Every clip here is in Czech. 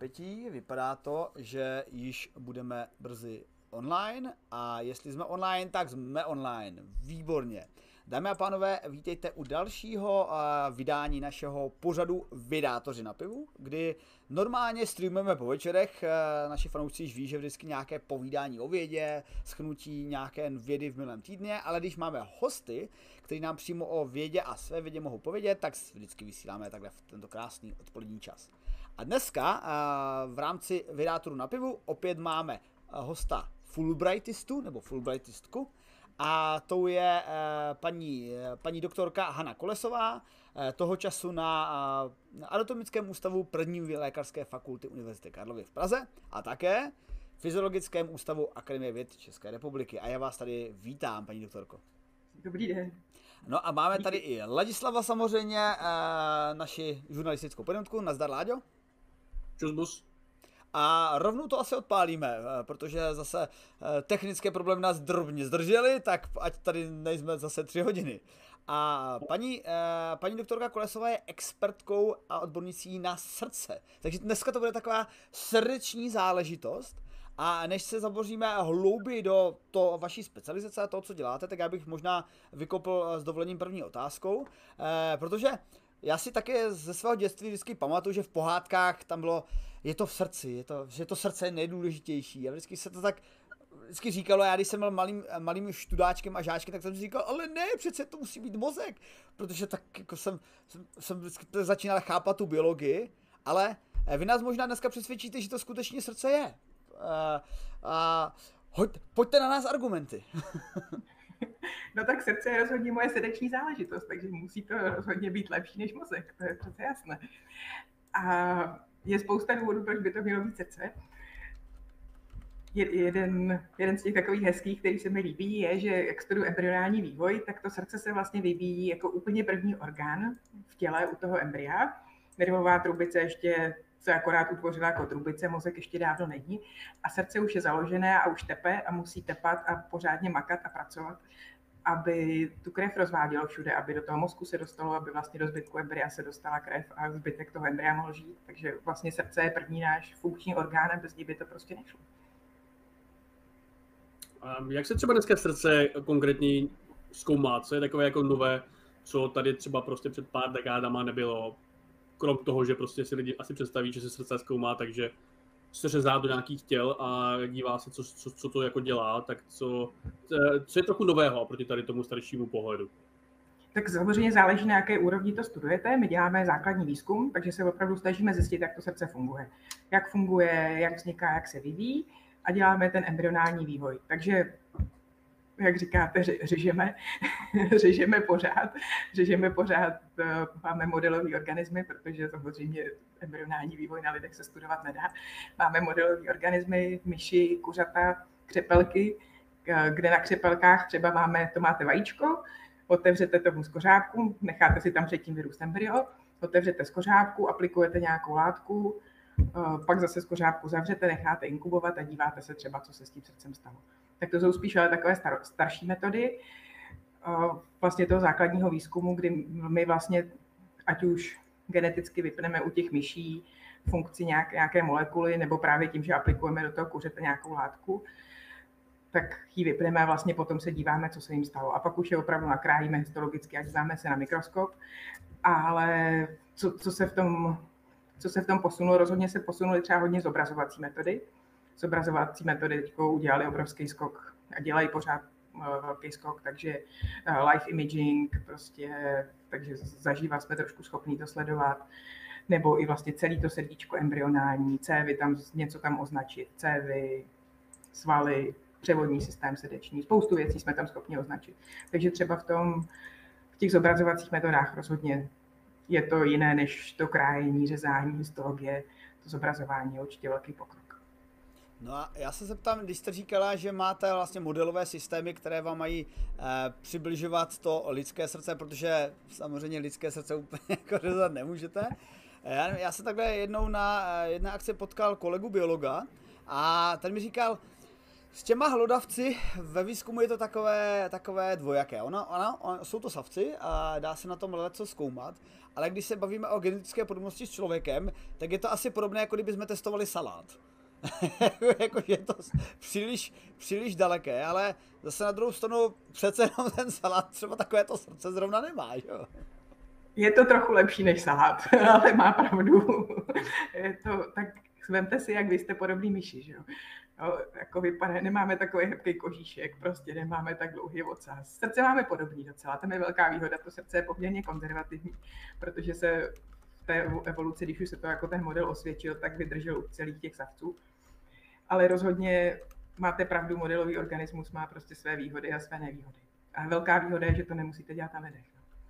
napětí. Vypadá to, že již budeme brzy online a jestli jsme online, tak jsme online. Výborně. Dámy a pánové, vítejte u dalšího vydání našeho pořadu Vydátoři na pivu, kdy normálně streamujeme po večerech. Naši fanoušci již ví, že vždycky nějaké povídání o vědě, shrnutí nějaké vědy v minulém týdně, ale když máme hosty, kteří nám přímo o vědě a své vědě mohou povědět, tak vždycky vysíláme takhle v tento krásný odpolední čas. A dneska v rámci Vydátorů na pivu opět máme hosta Fulbrightistku, a tou je paní doktorka Hana Kolesová, toho času na Anatomickém ústavu první lékařské fakulty Univerzity Karlovy v Praze a také Fyziologickém ústavu Akademie věd České republiky. A já vás tady vítám, paní doktorko. Dobrý den. No a máme tady i Ladislava samozřejmě, naši žurnalistickou pojednutku. Nazdar, Láďo. Čus, bus. A rovnou to asi odpálíme, protože zase technické problémy nás drobně zdržely, tak ať tady nejsme zase 3 hodiny. A paní doktorka Kolesová je expertkou a odbornicí na srdce. Takže dneska to bude taková srdeční záležitost. A než se zaboříme hlouběji do vaší specializace a toho, co děláte, tak já bych možná vykopl s dovolením první otázkou, protože já si také ze svého dětství vždycky pamatuju, že v pohádkách tam bylo, je to v srdci, že to srdce je nejdůležitější. A vždycky se to tak říkalo, já když jsem byl malým študáčkem a žáčkem, tak jsem si říkal, ale ne, přece to musí být mozek. Protože tak jako jsem vždycky začínal chápat tu biologii, ale vy nás možná dneska přesvědčíte, že to skutečně srdce je. Pojďte na nás argumenty. No tak srdce je rozhodně moje srdeční záležitost, takže musí to rozhodně být lepší než mozek, to je přece jasné. A je spousta důvodů, proč by to mělo být srdce. Jeden z těch takových hezkých, který se mi líbí, je, že jak studuji embryonální vývoj, tak to srdce se vlastně vyvíjí jako úplně první orgán v těle u toho embrya. Nervová trubice ještě se akorát utvořila jako trubice, mozek ještě dávno není a srdce už je založené a už tepe a musí tepat a pořádně makat a pracovat, aby tu krev rozvádělo všude, aby do toho mozku se dostalo, aby vlastně do zbytku embrya se dostala krev a zbytek toho embrya mohl žít. Takže vlastně srdce je první náš funkční orgán a bez něj by to prostě nešlo. Jak se třeba dneska srdce konkrétně zkoumá? Co je takové jako nové, co tady třeba prostě před pár dekádama nebylo? Krom toho, že prostě si lidi asi představí, že se srdce zkoumá, takže se řezá do nějakých těl a dívá se, co to jako dělá, tak co je trochu nového proti tady tomu staršímu pohledu? Tak samozřejmě záleží, na jaké úrovni to studujete. My děláme základní výzkum, takže se opravdu snažíme zjistit, jak to srdce funguje. Jak funguje, jak vzniká, jak se vyvíjí a děláme ten embryonální vývoj. Takže jak říkáte, řežeme pořád, máme modelové organismy, protože samozřejmě embryonální vývoj na lidech se studovat nedá. Máme modelové organismy, myši, kuřata, křepelky, kde na křepelkách třeba máte vajíčko, otevřete tomu skořápku, necháte si tam předtím vyrůst embryo, otevřete skořápku, aplikujete nějakou látku, pak zase skořápku zavřete, necháte inkubovat a díváte se třeba, co se s tím srdcem stalo. Tak to jsou spíš ale takové starší metody vlastně toho základního výzkumu, kdy my vlastně, ať už geneticky vypneme u těch myší funkci nějaké molekuly, nebo právě tím, že aplikujeme do toho kuřete nějakou látku, tak ji vypneme a vlastně potom se díváme, co se jim stalo. A pak už je opravdu nakrájíme histologicky a díváme se na mikroskop. Ale co se v tom posunulo, rozhodně se posunuly třeba hodně zobrazovací metody. Zobrazovací metody teď udělali obrovský skok a dělají pořád velký skok, takže live imaging, prostě, takže zaživa jsme trošku schopní to sledovat, nebo i vlastně celý to srdíčko embryonální, cévy, něco tam označit, cévy, svaly, převodní systém srdeční, spoustu věcí jsme tam schopni označit. Takže třeba v těch zobrazovacích metodách rozhodně je to jiné než to krájení, řezání, histologie, to zobrazování je určitě velký pokrok. No a já se zeptám, když jste říkala, že máte vlastně modelové systémy, které vám mají přibližovat to lidské srdce, protože samozřejmě lidské srdce úplně jako řezat nemůžete. Já se takhle jednou na jedné akci potkal kolegu biologa a ten mi říkal, S těma hlodavci ve výzkumu je to takové dvojaké. Jsou to savci a dá se na tom leco zkoumat, ale když se bavíme o genetické podobnosti s člověkem, tak je to asi podobné, jako kdybychom testovali salát. Jakože je to příliš daleké, ale zase na druhou stranu přece jenom ten salát třeba takové to srdce zrovna nemá, jo? Je to trochu lepší než salát, ale má pravdu. Je to, tak vemte si, jak vy jste podobný myši, že jo? No, jako vypadá, nemáme takový hebký kožíšek, prostě nemáme tak dlouhý ocas. Srdce máme podobný docela, tam je velká výhoda, to srdce je poměrně konzervativní, protože se v té evoluci, když už se to jako ten model osvědčil, tak vydržel u celých těch savců. Ale rozhodně máte pravdu, modelový organismus má prostě své výhody a své nevýhody. A velká výhoda je, že to nemusíte dělat na lidech.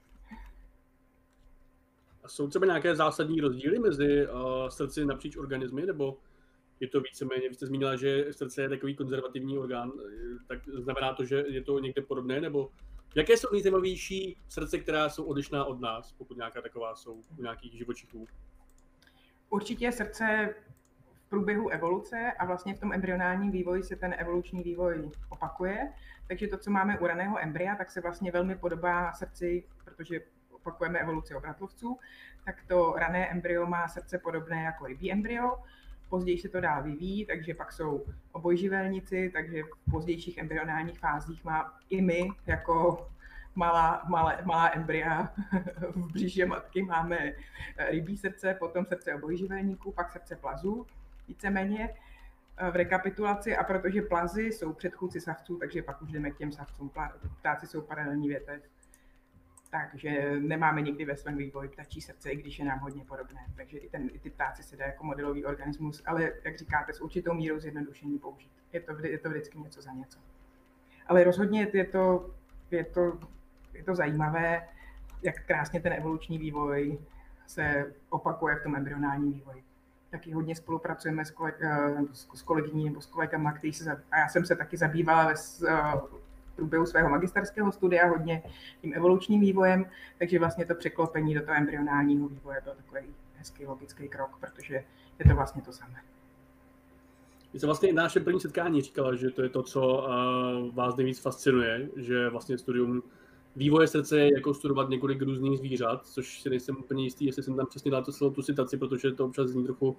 A jsou třeba nějaké zásadní rozdíly mezi srdci napříč organismy, nebo je to víceméně, vy jste zmínila, že srdce je takový konzervativní orgán, tak znamená to, že je to někde podobné, nebo jaké jsou nejzajímavější srdce, která jsou odlišná od nás, pokud nějaká taková jsou u nějakých živočichů? Určitě srdce v průběhu evoluce a vlastně v tom embryonálním vývoji se ten evoluční vývoj opakuje, takže to, co máme u raného embrya, tak se vlastně velmi podobá srdci, protože opakujeme evoluci obratlovců, tak to rané embryo má srdce podobné jako rybí embryo. Později se to dál vyvíjí, takže pak jsou obojživelníci, takže v pozdějších embryonálních fázích má i my jako malá embrya v břiše matky máme rybí srdce, potom srdce obojživelníků, pak srdce plazů, víceméně v rekapitulaci, a protože plazy jsou předchůdci savců, takže pak už jdeme k těm savcům. Ptáci jsou paralelní větev, takže nemáme nikdy ve svém vývoji ptačí srdce, i když je nám hodně podobné. Takže i ty ptáci se dá jako modelový organismus, ale jak říkáte, s určitou mírou zjednodušení použít. Je to vždycky něco za něco. Ale rozhodně je to zajímavé, jak krásně ten evoluční vývoj se opakuje v tom embryonálním vývoji. Taky hodně spolupracujeme s kolegyní nebo s kolegama, a já jsem se taky zabývala v průběhu svého magisterského studia hodně tím evolučním vývojem, takže vlastně to překlopení do toho embryonálního vývoje byl takový hezký logický krok, protože je to vlastně to samé. Vy jste vlastně na našem první setkání říkala, že to je to, co vás nejvíc fascinuje, že vlastně studium vývoje srdce je jako studovat několik různých zvířat, což si nejsem úplně jistý, jestli jsem tam přesně dal tu citaci, protože to občas zní trochu...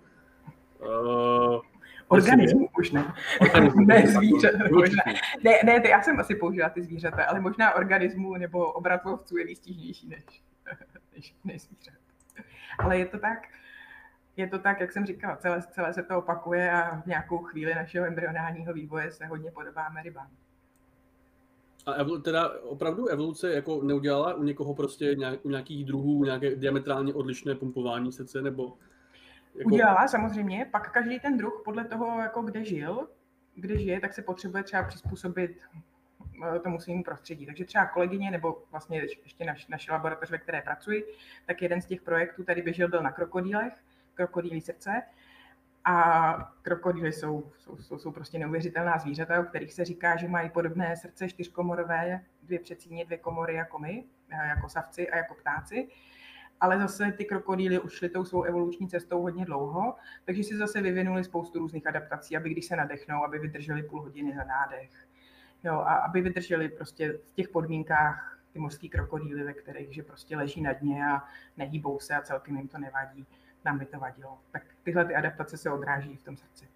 Organismu možná. Ne zvířat. Ne, já jsem asi použila ty zvířata, ale možná organismu nebo obratlovců je výstižnější než zvířat. Ale je to tak, jak jsem říkala, celé se to opakuje a v nějakou chvíli našeho embryonálního vývoje se hodně podobáme rybám. A teda opravdu evoluce jako neudělala u někoho prostě u nějakých druhů nějaké diametrálně odlišné pumpování srdce, nebo... Jako... Udělala samozřejmě, pak každý ten druh podle toho, jako kde žije, tak se potřebuje třeba přizpůsobit tomu svému prostředí. Takže třeba kolegyně, nebo vlastně ještě naše laboratoř, ve které pracuji, tak jeden z těch projektů tady běžel byl na krokodýlech, krokodýlí srdce. A krokodýly jsou prostě neuvěřitelná zvířata, o kterých se říká, že mají podobné srdce čtyřkomorové, 2 předsíně, 2 komory jako my, jako savci a jako ptáci. Ale zase ty krokodýly už šly tou svou evoluční cestou hodně dlouho, takže si zase vyvinuli spoustu různých adaptací, aby když se nadechnou, aby vydrželi půl hodiny na nádech. Jo, a aby vydrželi prostě v těch podmínkách ty mořský krokodýly, ve kterých že prostě leží na dně a nehýbou se a celkem jim to nevadí. Nám by to vadilo. Tak tyhle ty adaptace se odráží v tom srdci.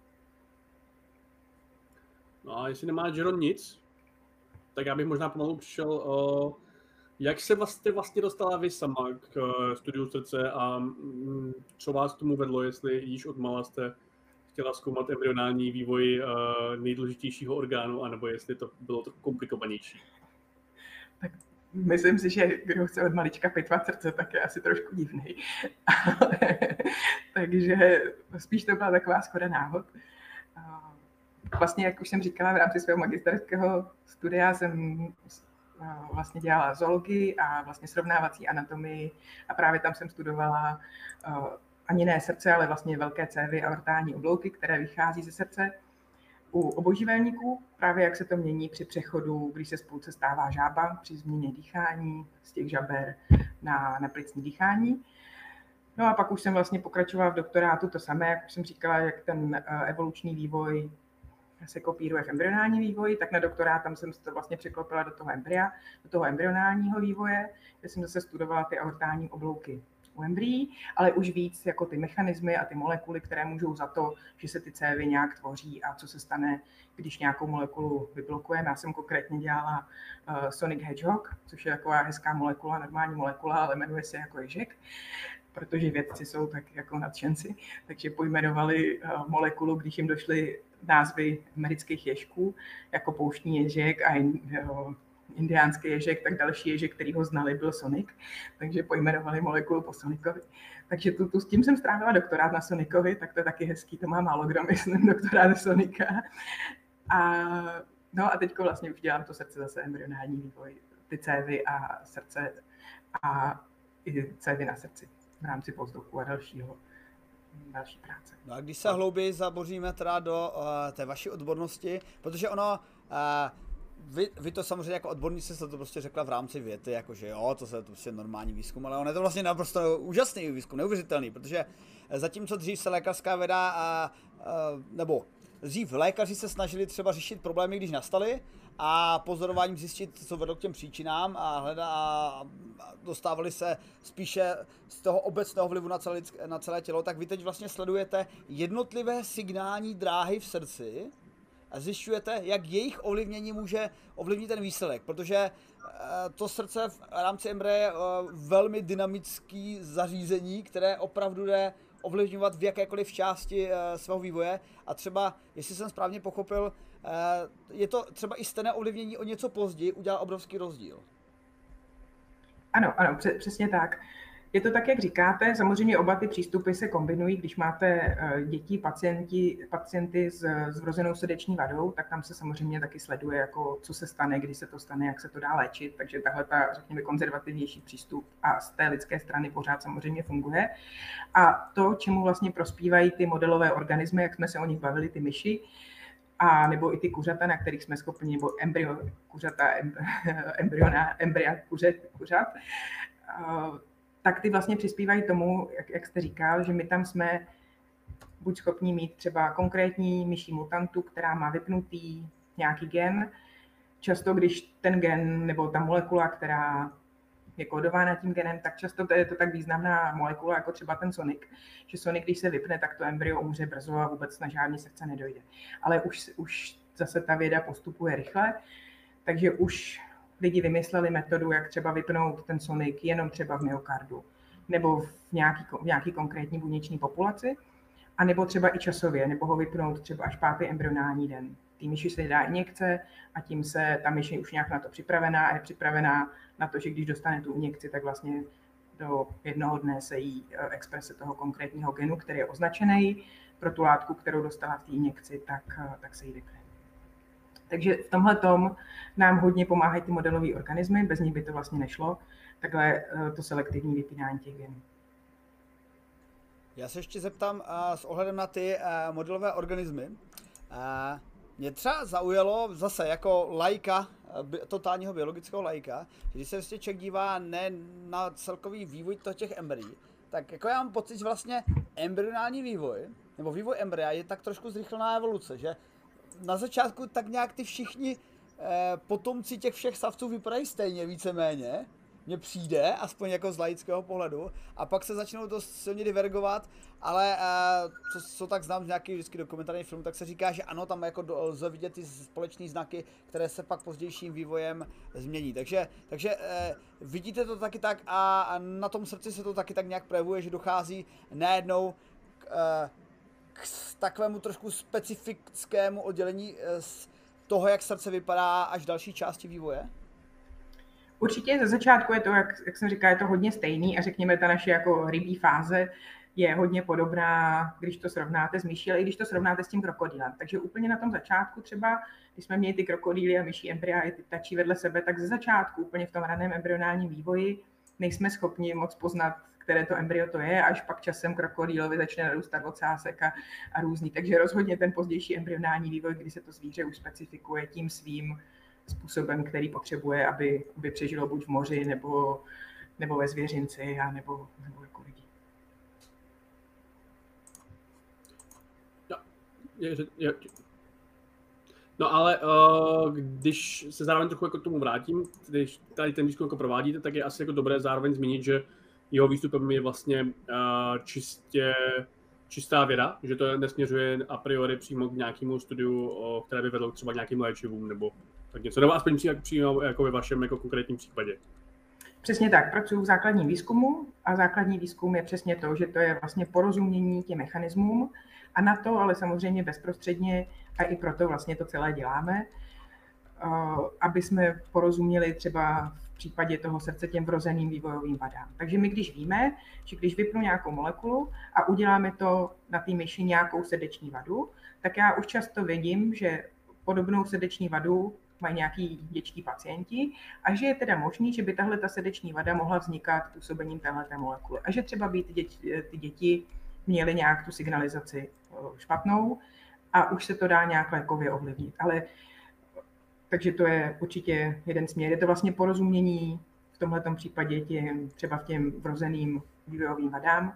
No a jestli nemá Jeron nic, tak já bych možná pomalu přišel, jak se vlastně dostala vy sama k studiu srdce a co vás k tomu vedlo, jestli již od mala jste chtěla zkoumat embryonální vývoj nejdůležitějšího orgánu, anebo jestli to bylo trochu komplikovanější. Tak myslím si, že kdo chce od malička pitvat srdce, tak je asi trošku divný. Takže spíš to byla taková shoda náhod. Vlastně, jak už jsem říkala, v rámci svého magisterského studia jsem vlastně dělala zoologii a vlastně srovnávací anatomii a právě tam jsem studovala ani ne srdce, ale vlastně velké cévy a ortální oblouky, které vychází ze srdce. U obojživelníků, právě jak se to mění při přechodu, když se z půlce stává žába, při změně dýchání z těch žaber na plicní dýchání. No a pak už jsem vlastně pokračovala v doktorátu to samé, jak už jsem říkala, jak ten evoluční vývoj se kopíruje v embryonální vývoji, tak na doktorát tam jsem se to vlastně překlopila do toho embrya, do toho embryonálního vývoje, kde jsem zase studovala ty aortální oblouky u embryí, ale už víc jako ty mechanismy a ty molekuly, které můžou za to, že se ty cévy nějak tvoří a co se stane, když nějakou molekulu vyblokujeme. Já jsem konkrétně dělala Sonic Hedgehog, což je taková hezká molekula, normální molekula, ale jmenuje se jako ježek, protože vědci jsou tak jako nadšenci, takže pojmenovali molekulu, když jim došly názvy amerických ježků, jako pouštní ježek a indiánský ježek, tak další ježek, který ho znali, byl Sonic, takže pojmenovali molekulu po Sonicovi. Takže s tím jsem strávila doktorát na Sonicovi, tak to je taky hezký, to má málo kdo, myslím, doktorát Sonika. A teďko vlastně už dělám to srdce zase embryonální vývoj, ty cévy a srdce a i cévy na srdci v rámci postdoku a další práce. No a když se hlouběji zaboříme teda do té vaší odbornosti, protože ono, vy to samozřejmě jako odborníci jste to prostě řekla v rámci věty, jakože jo, to je prostě normální výzkum, ale on je to vlastně naprosto úžasný výzkum, neuvěřitelný, protože zatímco dřív se lékařská věda, nebo dřív lékaři se snažili třeba řešit problémy, když nastaly, a pozorováním zjistit, co vedlo k těm příčinám a dostávali se spíše z toho obecného vlivu na celé tělo, tak vy teď vlastně sledujete jednotlivé signální dráhy v srdci a zjišťujete, jak jejich ovlivnění může ovlivnit ten výsledek, protože to srdce v rámci embrya je velmi dynamický zařízení, které opravdu jde ovlivňovat v jakékoliv části svého vývoje a třeba, jestli jsem správně pochopil, je to třeba i stejné ovlivnění o něco později udělá obrovský rozdíl. Ano, přesně tak. Je to tak, jak říkáte, samozřejmě oba ty přístupy se kombinují, když máte děti, pacienty s vrozenou srdeční vadou, tak tam se samozřejmě taky sleduje, jako co se stane, kdy se to stane, jak se to dá léčit, takže tahle ta, řekněme, konzervativnější přístup a z té lidské strany pořád samozřejmě funguje. A to, čemu vlastně prospívají ty modelové organismy, jak jsme se o nich bavili, ty myši, a nebo i ty kuřata, na kterých jsme schopni, nebo embrya kuřat, tak ty vlastně přispívají tomu, jak jste říkal, že my tam jsme buď schopni mít třeba konkrétní myší mutantu, která má vypnutý nějaký gen. Často, když ten gen nebo ta molekula, která je kódována tím genem, tak často je to tak významná molekula, jako třeba ten Sonic, že Sonic, když se vypne, tak to embryo umře brzo a vůbec na žádný srdce nedojde. Ale už zase ta věda postupuje rychle, takže už lidi vymysleli metodu, jak třeba vypnout ten Sonic jenom třeba v myokardu, nebo v nějaký konkrétní buněční populaci, a nebo třeba i časově, nebo ho vypnout třeba až 5. embryonální den. Té myši se dá injekce a tím se ta myš je už nějak na to připravená a je připravená na to, že když dostane tu injekci, tak vlastně do jednoho dne se jí exprese toho konkrétního genu, který je označený pro tu látku, kterou dostala v té injekci, tak se jí vypne. Takže v tomhle tom nám hodně pomáhají ty modelové organismy, bez nich by to vlastně nešlo, takhle to selektivní vypínání těch genů. Já se ještě zeptám s ohledem na ty modelové organismy. Mě třeba zaujalo zase jako laika, totálního biologického laika, že když se vlastně člověk dívá ne na celkový vývoj těch embryí, tak jako já mám pocit, že vlastně embryonální vývoj, nebo vývoj embrya je tak trošku zrychlená evoluce, že na začátku tak nějak ty všichni potomci těch všech savců vypadají stejně víceméně, mně přijde, aspoň jako z laického pohledu, a pak se začnou dost silně divergovat, ale co tak znám z nějakých vždycky dokumentárních filmů, tak se říká, že ano, tam jako lze vidět ty společné znaky, které se pak pozdějším vývojem změní. Takže vidíte to taky tak a na tom srdci se to taky tak nějak projevuje, že dochází najednou k takovému trošku specifickému oddělení z toho, jak srdce vypadá, až další části vývoje? Určitě ze začátku je to, jak jsem říkala, je to hodně stejný a řekněme, ta naše jako rybí fáze je hodně podobná, když to srovnáte s myší, ale i když to srovnáte s tím krokodýlem. Takže úplně na tom začátku třeba, když jsme měli ty krokodýly a myší embrya i ty ptačí vedle sebe, tak ze začátku úplně v tom raném embryonálním vývoji nejsme schopni moc poznat, které to embryo to je, až pak časem krokodýlovi začne narůstat ocásek a různý. Takže rozhodně ten pozdější embryonální vývoj, kdy se to zvíře už specifikuje tím svým způsobem, který potřebuje, aby přežilo buď v moři, nebo ve zvěřinci, nebo jako lidi. No ale když se zároveň trochu jako k tomu vrátím, když tady ten výzkum jako provádíte, tak je asi jako dobré zároveň zmínit, že jeho výstupem je vlastně čistá věda, že to nesměřuje a priori přímo k nějakému studiu, které by vedlo třeba k nějakým léčivům nebo tak něco, nebo aspoň přímo jako ve vašem jako konkrétním případě. Přesně tak, pracuji v základním výzkumu a základní výzkum je přesně to, že to je vlastně porozumění těm mechanismům a na to, ale samozřejmě bezprostředně a i proto vlastně to celé děláme, aby jsme porozuměli třeba v případě toho srdce těm vrozeným vývojovým vadám. Takže my když víme, že když vypnu nějakou molekulu a uděláme to na té myši nějakou srdeční vadu, tak já už často vidím, že podobnou srdeční vadu mají nějaký dětští pacienti a že je teda možný, že by tahle ta srdeční vada mohla vznikat působením téhleté molekuly. A že třeba by ty děti měly nějak tu signalizaci špatnou a už se to dá nějak lékově ovlivnit. Takže to je určitě jeden směr. Je to vlastně porozumění v tomhletom případě třeba v těm vrozeným vývojovým vadám.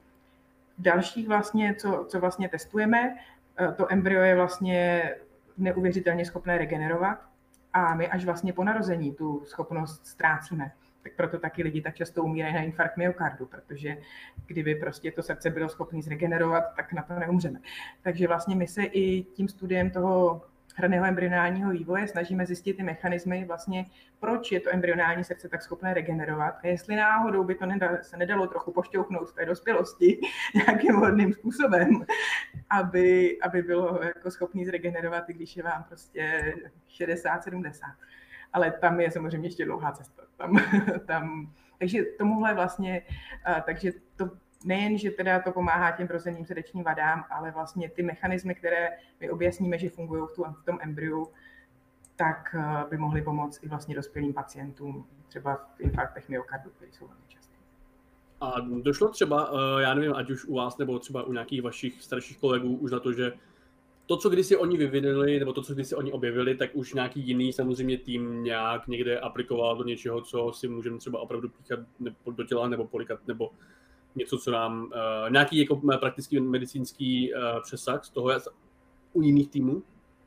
Další vlastně, co vlastně testujeme, to embryo je vlastně neuvěřitelně schopné regenerovat a my až vlastně po narození tu schopnost ztrácíme. Tak proto taky lidi tak často umírají na infarkt myokardu, protože kdyby prostě to srdce bylo schopné zregenerovat, tak na to neumřeme. Takže vlastně my se i tím studiem toho hraného embryonálního vývoje snažíme zjistit ty mechanismy, vlastně proč je to embryonální srdce tak schopné regenerovat a jestli náhodou by to se nedalo trochu pošťouchnout v té dospělosti nějakým vhodným způsobem, aby bylo jako schopný zregenerovat, i když je vám prostě 60-70. Ale tam je samozřejmě ještě dlouhá cesta. Takže tomuhle vlastně, takže to nejen, že teda to pomáhá těm vrozeným srdečním vadám, ale vlastně ty mechanismy, které my objasníme, že fungují v tom embryu, tak by mohly pomoct i vlastně dospělým pacientům, třeba v infarktech myokardu, které jsou velmi časté. A došlo třeba, já nevím, ať už u vás nebo třeba u nějakých vašich starších kolegů už na to, že to, co kdysi oni vyvinuli, nebo to, co kdysi oni objevili, tak už nějaký jiný samozřejmě tým nějak někde aplikoval do něčeho, co si můžeme třeba opravdu píchat do těla nebo polikat, nebo něco, co nám, nějaký jako praktický medicínský přesah z toho u jiných týmů?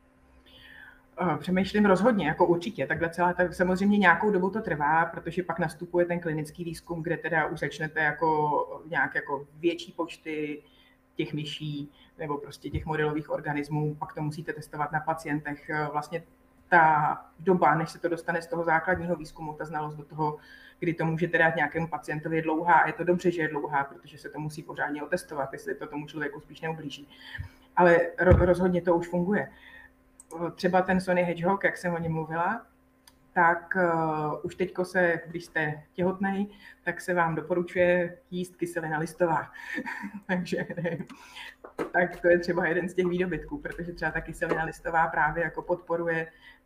Přemýšlím rozhodně, jako určitě. Tak samozřejmě nějakou dobu to trvá, protože pak nastupuje ten klinický výzkum, kde teda už začnete jako nějak jako větší počty těch myší nebo prostě těch modelových organismů, pak to musíte testovat na pacientech. Vlastně ta doba, než se to dostane z toho základního výzkumu, ta znalost do toho, kdy to můžete dát nějakému pacientovi, je dlouhá a je to dobře, že je dlouhá, protože se to musí pořádně otestovat, jestli to tomu člověku spíš neublíží. Ale rozhodně to už funguje. Třeba ten Sony Hedgehog, jak jsem o něm mluvila, tak už teďko když jste těhotnej, tak se vám doporučuje jíst kyselina listová. Takže tak to je třeba jeden z těch výdobytků, protože třeba ta kyselina listová právě jako podporuje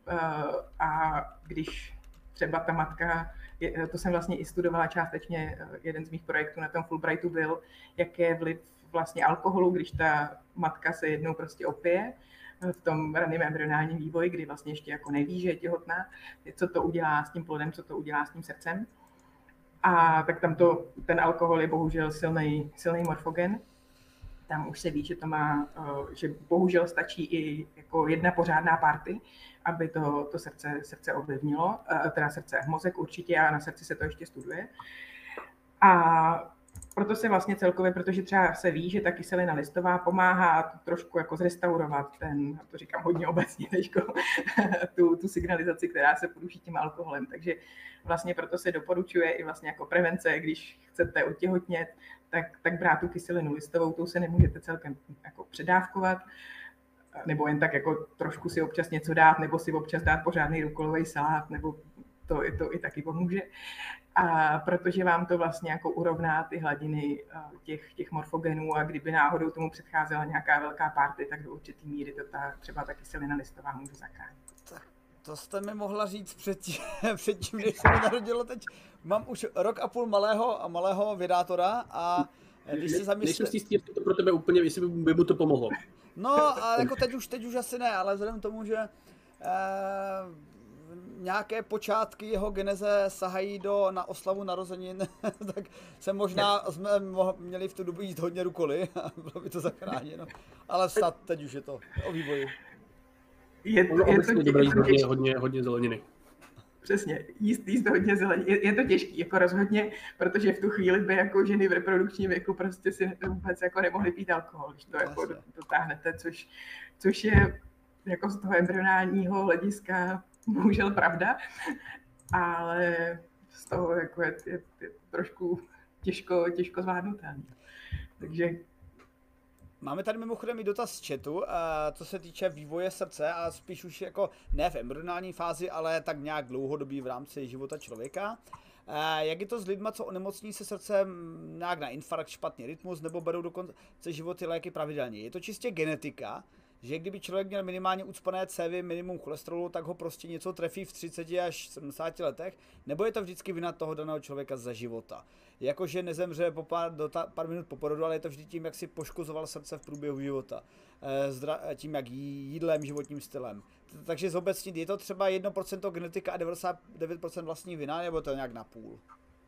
a když třeba ta matka, to jsem vlastně i studovala částečně, jeden z mých projektů na tom Fulbrightu byl, jak je vliv vlastně alkoholu, když ta matka se jednou prostě opije, v tom raném embryonálním vývoji, kdy vlastně ještě jako neví, že je těhotná, co to udělá s tím plodem, co to udělá s tím srdcem. A tak tam ten alkohol je bohužel silný morfogen. Tam už se ví, že to má, že bohužel stačí i jako jedna pořádná party, aby to srdce ovlivnilo, teda srdce, mozek určitě a na srdci se to ještě studuje. A proto se vlastně celkově, protože třeba se ví, že ta kyselina listová pomáhá trošku jako zrestaurovat to říkám hodně obecně teďko, tu signalizaci, která se poruší tím alkoholem. Takže vlastně proto se doporučuje i vlastně jako prevence, když chcete otěhotnět, tak brát tu kyselinu listovou, tou se nemůžete celkem jako předávkovat, nebo jen tak jako trošku si občas něco dát, nebo si občas dát pořádný rukolový salát, nebo to i taky pomůže. A protože vám to vlastně jako urovná ty hladiny těch morfogenů a kdyby náhodou tomu předcházela nějaká velká party, tak do určitý míry to třeba ta kyselina listová může zachránit. To jste mi mohla říct předtím, než se mi narodilo teď. Mám už rok a půl malého vědátora a když se zamyslím... Nejsem si jistý, jestli to pro tebe úplně, jestli by mu to pomohlo. No, a jako teď už asi ne, ale vzhledem k tomu, že nějaké počátky jeho geneze sahají na oslavu narozenin, tak jsme měli v tu dobu jíst hodně rukoly a bylo by to zachráněno. Ale snad teď už je to o vývoji. je to hodně zeleniny. Přesně, jíst hodně zeleně. Je to těžký, jako rozhodně, protože v tu chvíli by jako ženy v reprodukčním věku prostě si vůbec jako nemohly pít alkohol, když to jako dotáhnete, což je jako z toho embryonálního hlediska bohužel pravda, ale z toho jako je trošku těžko zvládnutelný. Takže máme tady mimochodem i dotaz z chatu, co se týče vývoje srdce, a spíš už jako ne v embryonální fázi, ale tak nějak dlouhodobý v rámci života člověka. Jak je to s lidma, co onemocní se srdcem nějak na infarkt, špatný rytmus, nebo berou dokonce životy léky pravidelně? Je to čistě genetika, že kdyby člověk měl minimálně ucpané cévy, minimum cholesterolu, tak ho prostě něco trefí v 30 až 70 letech, nebo je to vždycky vina toho daného člověka za života? Jakože nezemře pár minut po porodu, ale je to vždy tím, jak si poškozoval srdce v průběhu života. Tím, jak jídlem, životním stylem. Takže zobecnit, je to třeba 1% genetika a 99% vlastní vina, nebo to nějak napůl?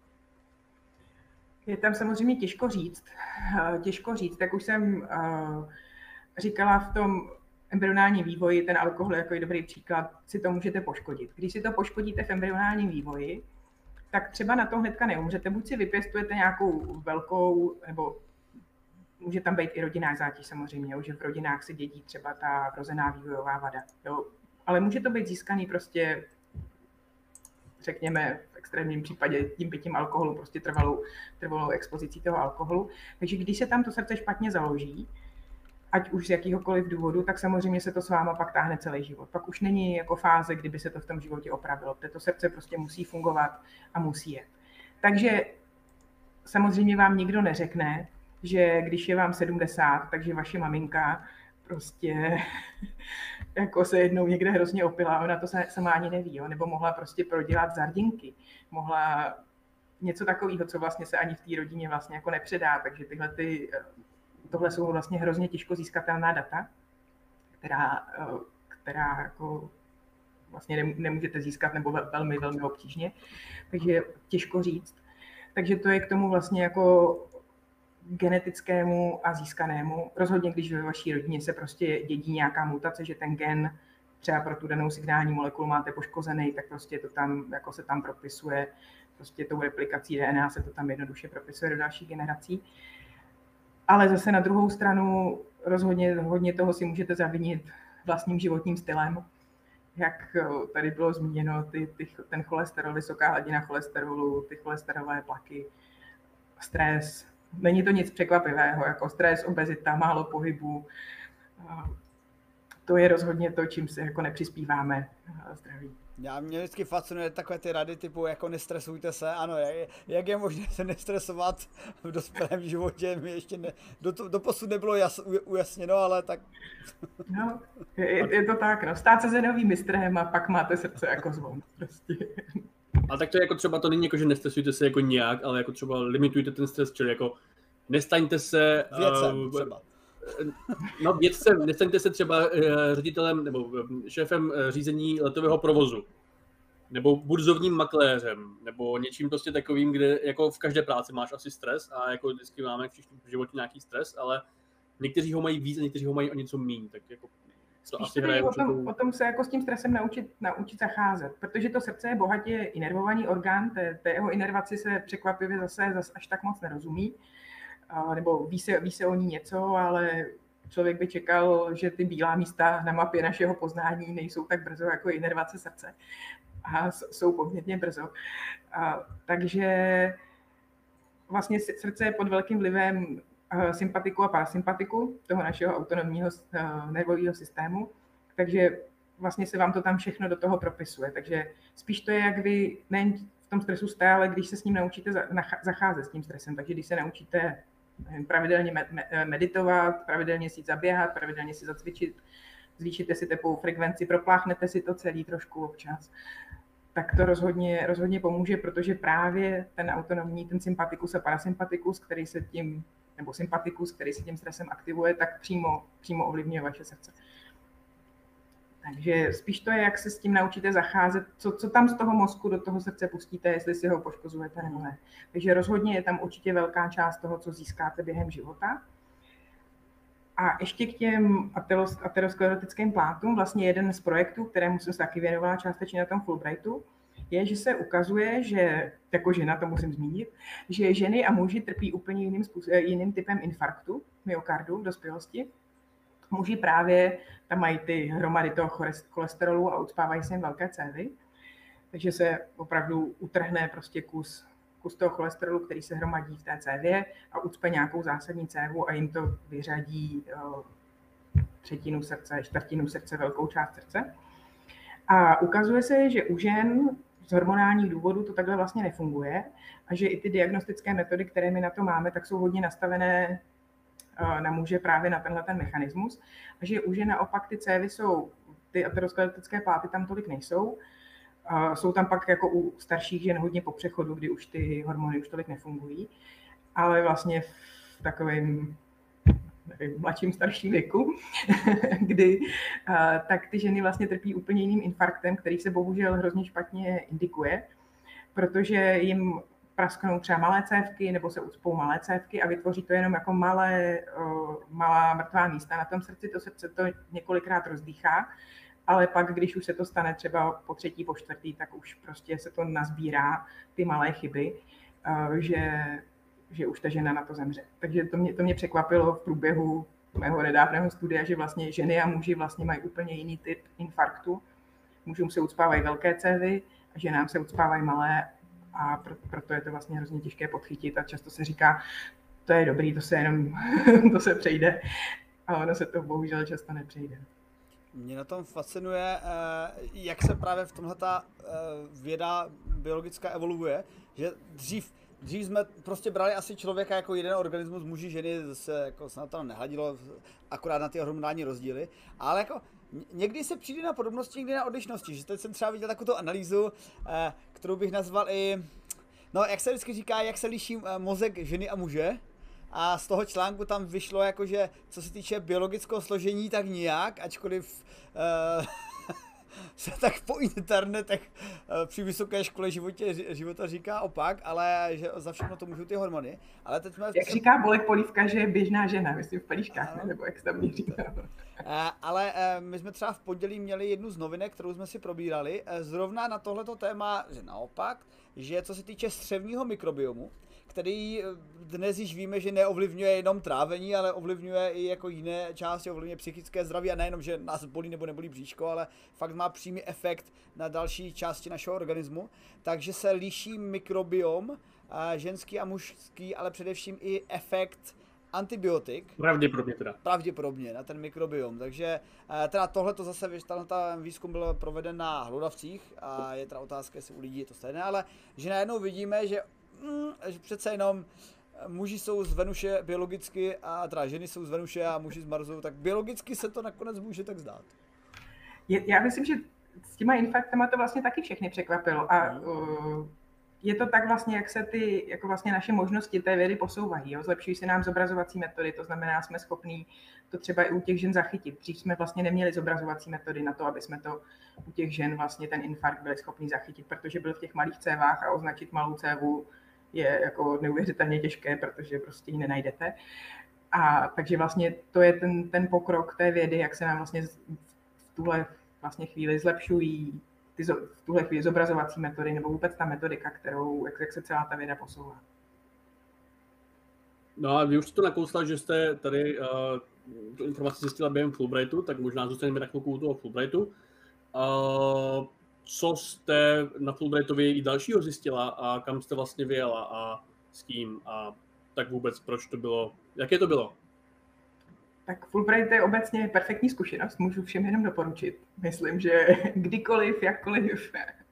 Je tam samozřejmě těžko říct. Jak už jsem říkala, v tom embryonálním vývoji ten alkohol jako je dobrý příklad, si to můžete poškodit. Když si to poškodíte v embryonálním vývoji, tak třeba na to hnedka neumřete. Buď si vypěstujete nějakou velkou, nebo může tam být i rodinná zátěž samozřejmě, že v rodinách se dědí třeba ta vrozená vývojová vada. Jo. Ale může to být získaný prostě, řekněme, v extrémním případě tím pitím alkoholu, prostě trvalou expozicí toho alkoholu. Takže když se tam to srdce špatně založí, ať už z jakýhokoliv důvodu, tak samozřejmě se to s váma pak táhne celý život. Pak už není jako fáze, kdyby se to v tom životě opravilo. To srdce prostě musí fungovat a musí jet. Takže samozřejmě vám nikdo neřekne, že když je vám 70, takže vaše maminka prostě jako se jednou někde hrozně opila, ona to sama ani neví, jo? Nebo mohla prostě prodělat zardinky, mohla něco takového, co vlastně se ani v té rodině vlastně jako nepředá, takže tohle jsou vlastně hrozně těžko získatelná data, která jako vlastně nemůžete získat nebo velmi, velmi obtížně, takže těžko říct. Takže to je k tomu vlastně jako genetickému a získanému. Rozhodně, když ve vaší rodině se prostě dědí nějaká mutace, že ten gen třeba pro tu danou signální molekulu máte poškozený, tak prostě to tam, jako se tam propisuje, prostě tou replikací DNA se to tam jednoduše propisuje do dalších generací. Ale zase na druhou stranu rozhodně hodně toho si můžete zavinit vlastním životním stylem. Jak tady bylo zmíněno, ten cholesterol, vysoká hladina cholesterolu, ty cholesterolové tlaky, stres. Není to nic překvapivého, jako stres, obezita, málo pohybu. To je rozhodně to, čím se jako nepřispíváme zdraví. Mě vždycky fascinuje takové ty rady typu jako nestresujte se, ano, jak je možné se nestresovat v dospělém životě, mi ještě doposud nebylo ujasněno, ale tak... No, je to tak, no, stát se zenovým mistrem a pak máte srdce jako zvon, prostě. A tak to je jako třeba, to není jako, že nestresujte se jako nějak, ale jako třeba limitujte ten stres, čili jako nestaňte se... Vědcem třeba. No vědcem, nestaňte se třeba ředitelem nebo šéfem řízení letového provozu, nebo burzovním makléřem, nebo něčím prostě takovým, kde jako v každé práci máš asi stres a jako vždycky máme všichni v životě nějaký stres, ale někteří ho mají víc a někteří ho mají o něco míň, tak jako to asi hraje o tom se jako s tím stresem naučit zacházet, protože to srdce je bohatě inervovaný orgán, té jeho inervaci se překvapivě zase až tak moc nerozumí. Nebo ví se o ní něco, ale člověk by čekal, že ty bílá místa na mapě našeho poznání nejsou tak brzo jako inervace srdce. A jsou poměrně brzo. Takže vlastně srdce je pod velkým vlivem sympatiku a parasympatiku, toho našeho autonomního nervového systému. Takže vlastně se vám to tam všechno do toho propisuje. Takže spíš to je, jak vy nejen v tom stresu jste, ale když se s ním naučíte zacházet s tím stresem. Takže když se naučíte pravidelně meditovat, pravidelně si zaběhat, pravidelně si zacvičit, zvýšíte si tepovou frekvenci, propláchnete si to celý trošku občas, tak to rozhodně pomůže, protože právě ten autonomní, ten sympatikus a parasympatikus, který se tím, nebo sympatikus, který se tím stresem aktivuje, tak přímo ovlivňuje vaše srdce. Takže spíš to je, jak se s tím naučíte zacházet, co tam z toho mozku do toho srdce pustíte, jestli si ho poškozujete nebo ne. Takže rozhodně je tam určitě velká část toho, co získáte během života. A ještě k těm aterosklerotickým plátům, vlastně jeden z projektů, kterému jsem se taky věnovala částečně na tom Fulbrightu, je, že se ukazuje, že, jako žena to musím zmínit, že ženy a muži trpí úplně jiným typem infarktu myokardu v dospělosti. Muži právě tam mají ty hromady toho cholesterolu a ucpávají se jim velké cévy, takže se opravdu utrhne prostě kus toho cholesterolu, který se hromadí v té cévě a ucpe nějakou zásadní cévu a jim to vyřadí třetinu srdce, čtvrtinu srdce, velkou část srdce. A ukazuje se, že u žen z hormonálních důvodů to takhle vlastně nefunguje a že i ty diagnostické metody, které my na to máme, tak jsou hodně nastavené na muže právě na tenhle ten mechanismus. A že u žen naopak ty cévy jsou, ty aterosklerotické pláty tam tolik nejsou. Jsou tam pak jako u starších žen hodně po přechodu, kdy už ty hormony už tolik nefungují. Ale vlastně v takovém mladším, starším věku, kdy tak ty ženy vlastně trpí úplně jiným infarktem, který se bohužel hrozně špatně indikuje, protože jim prasknou třeba malé cévky nebo se ucpou malé cévky a vytvoří to jenom jako malá mrtvá místa na tom srdci, to srdce to několikrát rozdýchá, ale pak, když už se to stane třeba po třetí, po čtvrtý, tak už prostě se to nazbírá, ty malé chyby, že už ta žena na to zemře. Takže to mě překvapilo v průběhu mého nedávného studia, že vlastně ženy a muži vlastně mají úplně jiný typ infarktu. Mužům se ucpávají velké cévy a ženám se ucpávají malé a proto je to vlastně hrozně těžké podchytit a často se říká, to je dobrý, to se přejde a ono se to bohužel často nepřejde. Mě na tom fascinuje, jak se právě v tomhle ta věda biologická evoluje, že dřív jsme prostě brali asi člověka jako jeden organismus, muži, ženy, se na to nehladilo, akorát na ty hormonální rozdíly, ale jako někdy se přijde na podobnosti, někdy na odlišnosti, že teď jsem třeba viděl takovou analýzu, kterou bych nazval i, no jak se vždycky říká, jak se liší mozek ženy a muže. A z toho článku tam vyšlo jakože, co se týče biologického složení, tak nijak, ačkoliv se tak po internetech při vysoké škole života říká opak, ale že za všechno to můžou ty hormony. Ale teď jak říká Bolek Polívka, že je běžná žena, myslím v pelíškách, nebo jak se tam říká. Ale my jsme třeba v pondělí měli jednu z novinek, kterou jsme si probírali, zrovna na tohleto téma, že naopak, že co se týče střevního mikrobiomu, který dnes již víme, že neovlivňuje jenom trávení, ale ovlivňuje i jako jiné části, ovlivňuje psychické zdraví a nejenom, že nás bolí nebo nebolí bříško, ale fakt má přímý efekt na další části našeho organismu. Takže se liší mikrobiom ženský a mužský, ale především i efekt antibiotik. Pravděpodobně na ten mikrobiom. Takže teda tohleto zase, ten výzkum byl proveden na hlodavcích a je teda otázka, jestli u lidí je to stejné, ale že najednou vidíme, že přece jenom muži jsou z Venuše biologicky a teda ženy jsou z Venuše a muži z Marsu, tak biologicky se to nakonec může tak zdát. Já myslím, že s těma infarktama to vlastně taky všechny překvapilo a je to tak vlastně, jak se jako vlastně naše možnosti té vědy posouvají. Jo? Zlepšují se nám zobrazovací metody, to znamená, jsme schopní to třeba i u těch žen zachytit. Dřív jsme vlastně neměli zobrazovací metody na to, aby jsme to u těch žen vlastně ten infarkt byli schopni zachytit, protože byl v těch malých cévách a označit malou cévu je jako neuvěřitelně těžké, protože prostě ji nenajdete. A takže vlastně to je ten pokrok té vědy, jak se nám vlastně v tuhle vlastně chvíli zlepšují v tuhle chvíli zobrazovací metody nebo vůbec ta metodika, jak se celá ta věda posouvá. No a vy už to nakousla, že jste tady tu informaci zjistila během Fulbrightu, tak možná zůstaneme na chvilku u toho Fulbrightu. Co jste na Fulbrightově i dalšího zjistila a kam jste vlastně vyjela a s kým a tak vůbec proč to bylo, jaké to bylo? Tak Fulbright je obecně perfektní zkušenost, můžu všem jenom doporučit. Myslím, že kdykoliv, jakkoliv.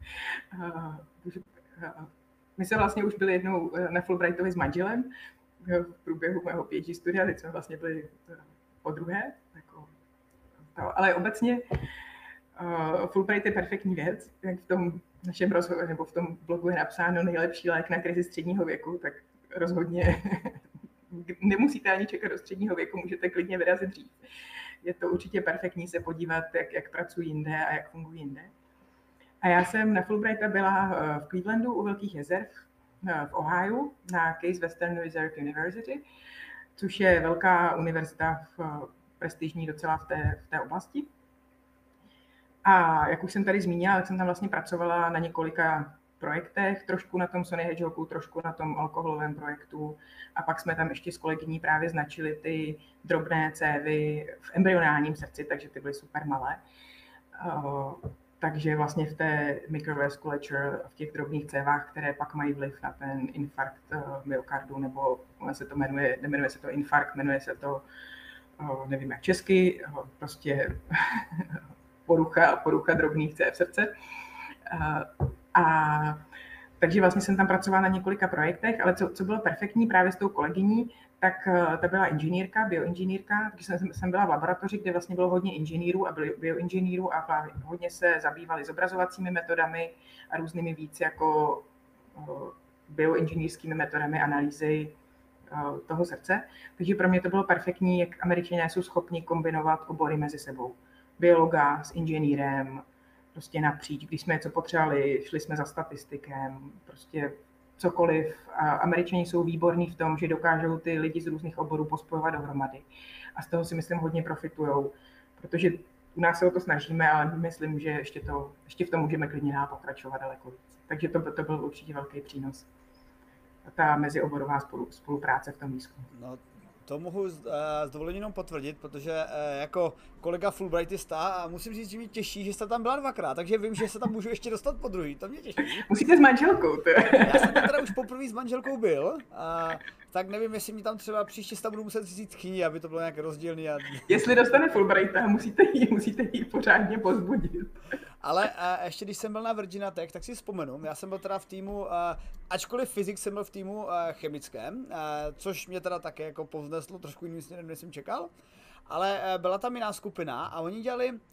My jsme vlastně už byli jednou na Fulbrightovi s manželem v průběhu mého PhD studia, teď jsme vlastně byli po druhé. Ale obecně Fulbright je perfektní věc, jak v tom našem rozhovoru nebo v tom blogu je napsáno nejlepší lék na krizi středního věku, tak rozhodně nemusíte ani čekat do středního věku, můžete klidně vyrazit dřív. Je to určitě perfektní se podívat, jak pracují jinde a jak fungují jinde. A já jsem na Fulbrighta byla v Clevelandu u Velkých jezer v Ohio na Case Western Reserve University, což je velká univerzita prestižní docela v té oblasti. A jak už jsem tady zmínila, tak jsem tam vlastně pracovala na několika projektech, trošku na tom Sony Hedgehogu, trošku na tom alkoholovém projektu a pak jsme tam ještě s kolegyní právě značili ty drobné cévy v embryonálním srdci, takže ty byly super malé. Takže vlastně v té microvasculature, v těch drobných cévách, které pak mají vliv na ten infarkt myokardu, nebo nemenuje se to infarkt, jmenuje se to, nevím jak česky, prostě porucha drobných cév srdce. Takže vlastně jsem tam pracovala na několika projektech, ale co bylo perfektní právě s tou kolegyní, tak ta byla inženýrka, bioinženýrka, takže jsem byla v laboratoři, kde vlastně bylo hodně inženýrů a bioinženýrů a hodně se zabývali zobrazovacími metodami a různými víc jako bioinženýrskými metodami analýzy toho srdce. Takže pro mě to bylo perfektní, jak Američané jsou schopni kombinovat obory mezi sebou. Biologa s inženýrem, prostě napříč, když jsme něco potřebovali, šli jsme za statistikem, prostě cokoliv. A Američani jsou výborní v tom, že dokážou ty lidi z různých oborů pospojovat dohromady. A z toho si myslím hodně profitujou, protože u nás se o to snažíme, ale myslím, že ještě v tom můžeme klidně dál pokračovat daleko víc. Takže to byl určitě velký přínos. Ta mezioborová spolupráce v tom výzkumu. No, to mohu s dovolením jenom potvrdit, protože jako kolega Fulbrightista a musím říct, že mě těší, že jste tam byla dvakrát, takže vím, že se tam můžu ještě dostat po druhý, to mě těší. Musíte s manželkou. Já jsem tam teda už poprvé s manželkou byl, tak nevím, jestli mi tam třeba příště budu muset vzít tchyni, aby to bylo nějak rozdílný. Jestli dostane Fulbrighta, musíte jí pořádně pozbudit. Ale ještě když jsem byl na Virginia Tech, tak si vzpomenu, já jsem byl teda v týmu, ačkoliv fyzik jsem byl v týmu chemickém, což mě teda také jako povzneslo trošku jiným směrem, než jsem čekal, ale byla tam jiná skupina a oni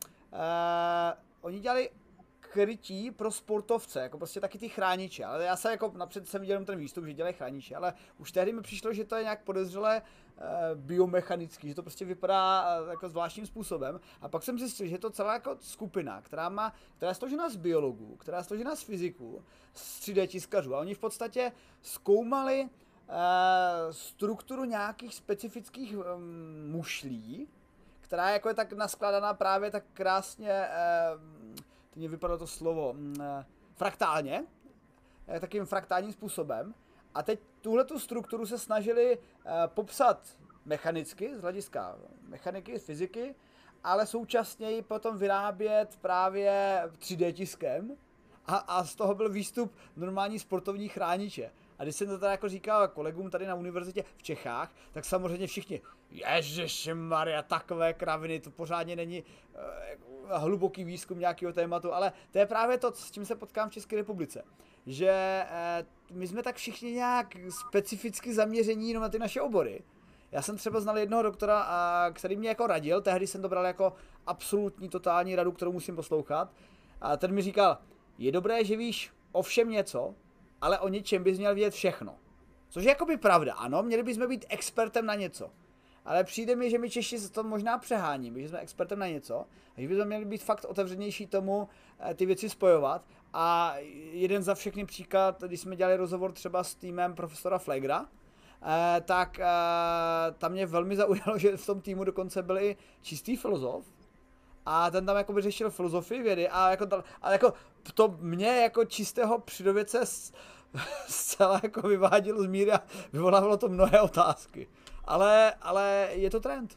dělali krytí pro sportovce, jako prostě taky ty chrániče, ale já jako napřed jsem viděl ten výstup, že dělají chrániče, ale už tehdy mi přišlo, že to je nějak podezřelé biomechanický, že to prostě vypadá jako zvláštním způsobem a pak jsem zjistil, že je to celá jako skupina, která je složena z biologů, která je složena z fyziků, z 3D tiskařů a oni v podstatě zkoumali strukturu nějakých specifických mušlí, která jako je tak naskládaná právě tak krásně, teď mě vypadlo to slovo, fraktálně, takým fraktálním způsobem. A teď tuhletu strukturu se snažili popsat mechanicky, z hlediska mechaniky, fyziky, ale současně ji potom vyrábět právě 3D tiskem. A z toho byl výstup normální sportovní chrániče. A když jsem to teda jako říkal kolegům tady na univerzitě v Čechách, tak samozřejmě všichni, ježišmarja, takové kraviny, to pořádně není hluboký výzkum nějakého tématu, ale to je právě to, s čím se potkám v České republice. Že my jsme tak všichni nějak specificky zaměření jenom na ty naše obory. Já jsem třeba znal jednoho doktora, který mě jako radil, tehdy jsem to bral jako absolutní totální radu, kterou musím poslouchat. A ten mi říkal, je dobré, že víš o všem něco, ale o něčem bys měl vědět všechno. Což je jakoby pravda, ano, měli bychom být expertem na něco. Ale přijde mi, že my Češi to možná přeháníme, že jsme expertem na něco a že bychom měli být fakt otevřenější tomu ty věci spojovat. A jeden za všechny příklad, když jsme dělali rozhovor třeba s týmem profesora Flegra, tak tam mě velmi zaujalo, že v tom týmu dokonce byl i čistý filozof. A ten tam jakoby řešil filozofii vědy ale jako to mě jako čistého přírodovědce zcela jako vyvádělo z míry a vyvolávalo to mnohé otázky. Ale je to trend.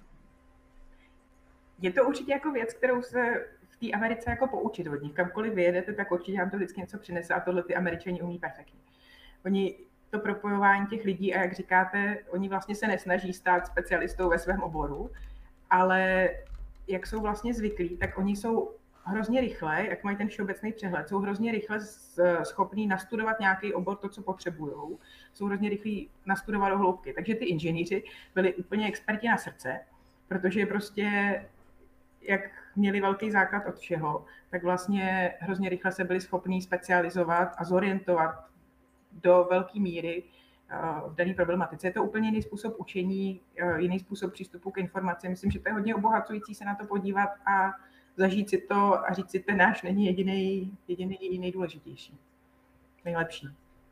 Je to určitě jako věc, kterou se v té Americe jako poučit od nich. Kamkoliv vyjedete, tak určitě vám to vždycky něco přinese a tohle ty Američani umí perfektně. Oni to propojování těch lidí a jak říkáte, oni vlastně se nesnaží stát specialistou ve svém oboru, ale jak jsou vlastně zvyklí, tak oni jsou hrozně rychle, jak mají ten všeobecný přehled, jsou hrozně rychle schopní nastudovat nějaký obor, to, co potřebujou. Jsou hrozně rychlí nastudovat do hloubky. Takže ty inženýři byli úplně experti na srdce, protože prostě jak měli velký základ od všeho, tak vlastně hrozně rychle se byli schopní specializovat a zorientovat do velké míry v dané problematice. Je to úplně jiný způsob učení, jiný způsob přístupu k informaci. Myslím, že to je hodně obohacující se na to podívat a zažít si to a říct si, ten náš není jediný nejdůležitější, nejlepší.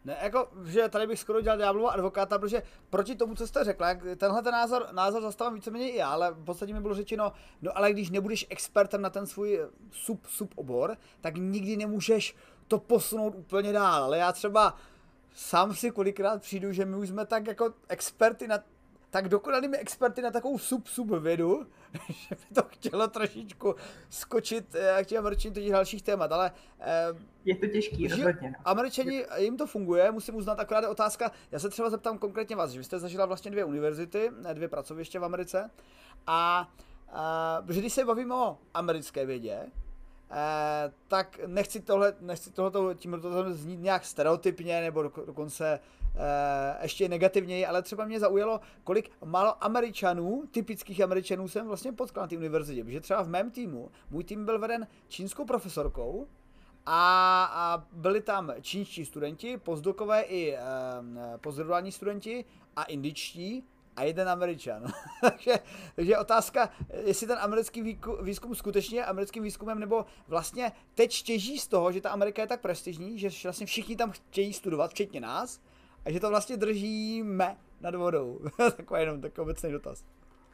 Ne, jako, že tady bych skoro dělal ďáblova advokáta, protože proti tomu, co jste řekla, tenhle ten názor zastávám víceméně i já, ale v podstatě mi bylo řečeno, no ale když nebudeš expertem na ten svůj subobor, tak nikdy nemůžeš to posunout úplně dál. Ale já třeba sám si kolikrát přijdu, že my už jsme tak jako experty na tak dokonalými experty na takovou vědu, že by to chtělo trošičku skočit k těm Američanům těch dalších témat, ale je to těžký, rozhodně. No. Američani, jim to funguje, musím uznat, akorát je otázka, já se třeba zeptám konkrétně vás, že vy jste zažila vlastně 2 univerzity, 2 pracoviště v Americe a protože když se bavíme o americké vědě, tak nechci tohleto tímto znít nějak stereotypně nebo dokonce ještě negativněji, ale třeba mě zaujalo, kolik málo Američanů, typických Američanů jsem vlastně potkal na té univerzitě, protože třeba v mém týmu, můj tým byl veden čínskou profesorkou a byli tam čínští studenti, postdokové i postgraduální studenti a indičtí a jeden Američan. takže otázka, jestli ten americký výzkum skutečně je americkým výzkumem, nebo vlastně teď těží z toho, že ta Amerika je tak prestižní, že vlastně všichni tam chtějí studovat, včetně nás, a že to vlastně držíme nad vodou. Takový obecný dotaz.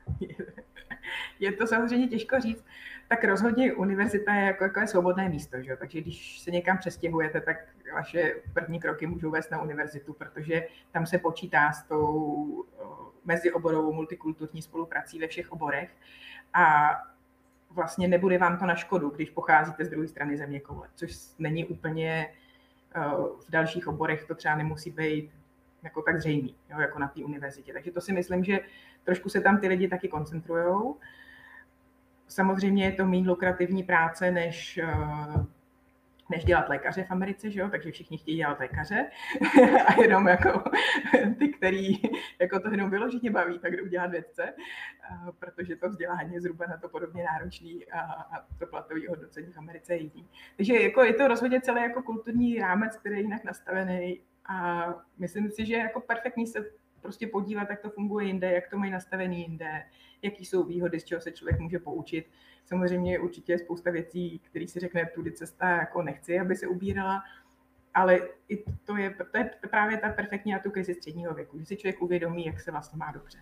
Je to samozřejmě těžko říct. Tak rozhodně univerzita je jako svobodné místo, že? Takže když se někam přestěhujete, tak vaše první kroky můžou vést na univerzitu, protože tam se počítá s tou mezioborovou multikulturní spoluprací ve všech oborech a vlastně nebude vám to na škodu, když pocházíte z druhé strany zeměkoule, což není úplně v dalších oborech, to třeba nemusí být jako tak zřejmý, jo, jako na té univerzitě. Takže to si myslím, že trošku se tam ty lidi taky koncentrujou. Samozřejmě je to méně lukrativní práce, než dělat lékaře v Americe, že jo? Takže všichni chtějí dělat lékaře a jenom jako ty, který jako to jenom vyloženě baví, tak jdou dělat vědce, protože to vzdělání je zhruba na to podobně náročný a to platové hodnocení v Americe je jiný. Takže jako je to rozhodně celý jako kulturní rámec, který je jinak nastavený a myslím si, že jako perfektní se prostě podívat, jak to funguje jinde, jak to mají nastavený jinde, jaký jsou výhody, z čeho se člověk může poučit. Samozřejmě určitě je spousta věcí, které si řekne, tudy cesta jako nechci, aby se ubírala, ale i to je právě ta perfektní na tu krizi středního věku, že si člověk uvědomí, jak se vlastně má dobře.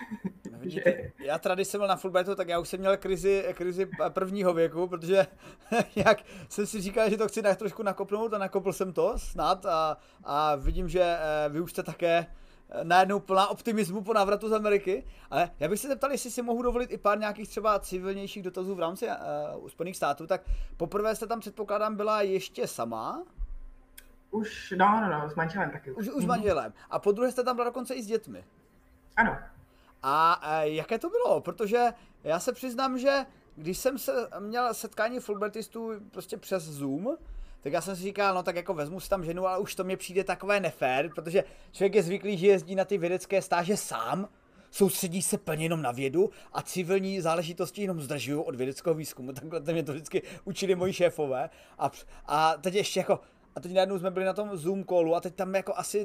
Já teda, když jsem byl na Fulbrightu, tak já už jsem měl krizi prvního věku, protože jak jsem si říkal, že to chci trošku nakopnout a nakopl jsem to snad a vidím, že vy už jste také najednou plná optimismu po návratu z Ameriky, ale já bych se zeptal, jestli si mohu dovolit i pár nějakých třeba civilnějších dotazů v rámci Spojených států, tak poprvé jste tam, předpokládám, byla ještě sama? Už, no, s manželem taky. Už s manželem. A po druhé jste tam byla dokonce i s dětmi. Ano. A jaké to bylo? Protože já se přiznám, že když jsem měl setkání Fulbrightistů prostě přes Zoom, tak já jsem si říkal, no tak jako vezmu si tam ženu, ale už to mě přijde takové nefér, protože člověk je zvyklý, že jezdí na ty vědecké stáže sám, soustředí se plně jenom na vědu a civilní záležitosti jenom zdržují od vědeckého výzkumu. Takhle mě to vždycky učili moji šéfové. A teď ještě jako, a teď najednou jsme byli na tom Zoom callu a teď tam jako asi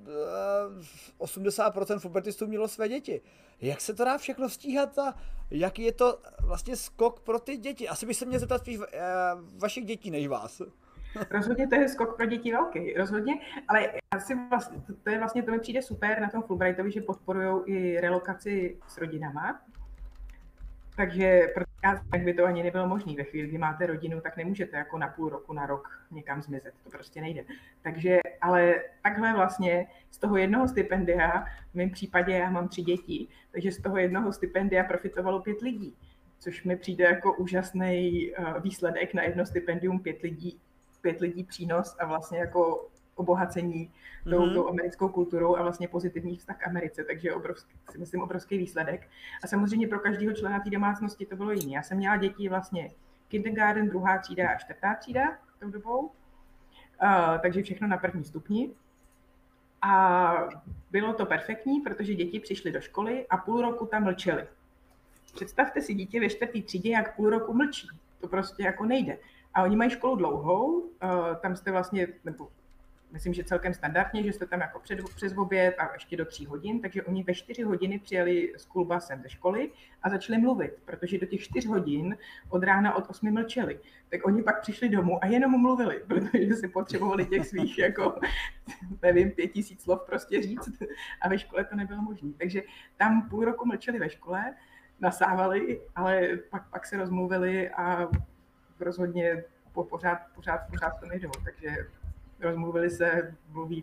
80% Fulbrightistů mělo své děti. Jak se to dá všechno stíhat a jaký je to vlastně skok pro ty děti? Asi bych se měl zeptat spíš vašich dětí než vás. Rozhodně to je skok pro děti velký, rozhodně, ale to mi přijde super na tom Fulbrightovi, že podporují i relokaci s rodinama. Takže tak by to ani nebylo možné. Ve chvíli, kdy máte rodinu, tak nemůžete jako na půl roku, na rok někam zmizet. To prostě nejde. Takže, ale takhle vlastně z toho jednoho stipendia, v mém případě já mám 3 děti, takže z toho jednoho stipendia profitovalo 5 lidí, což mi přijde jako úžasný výsledek na jedno stipendium 5 lidí přínos a vlastně jako obohacení tou americkou kulturou a vlastně pozitivní vztah k Americe, takže si myslím obrovský výsledek. A samozřejmě pro každého člena té domácnosti to bylo jiné. Já jsem měla děti vlastně kindergarten, 2. třída a 4. třída tou dobou, takže všechno na 1. stupni. A bylo to perfektní, protože děti přišly do školy a půl roku tam mlčely. Představte si dítě ve 4. třídě, jak půl roku mlčí. To prostě jako nejde. A oni mají školu dlouhou, tam jste vlastně, nebo myslím, že celkem standardně, že jste tam jako přes oběd a ještě do 3 hodin, takže oni ve 4 hodiny přijeli s kulbasem ze školy a začali mluvit, protože do těch 4 hodin od rána od 8 mlčeli. Tak oni pak přišli domů a jenom mluvili, protože si potřebovali těch svých, jako, nevím, 5000 slov prostě říct a ve škole to nebylo možné. Takže tam půl roku mlčeli ve škole, nasávali, ale pak se rozmluvili a rozhodně pořád to nejdou, takže rozmluvili se,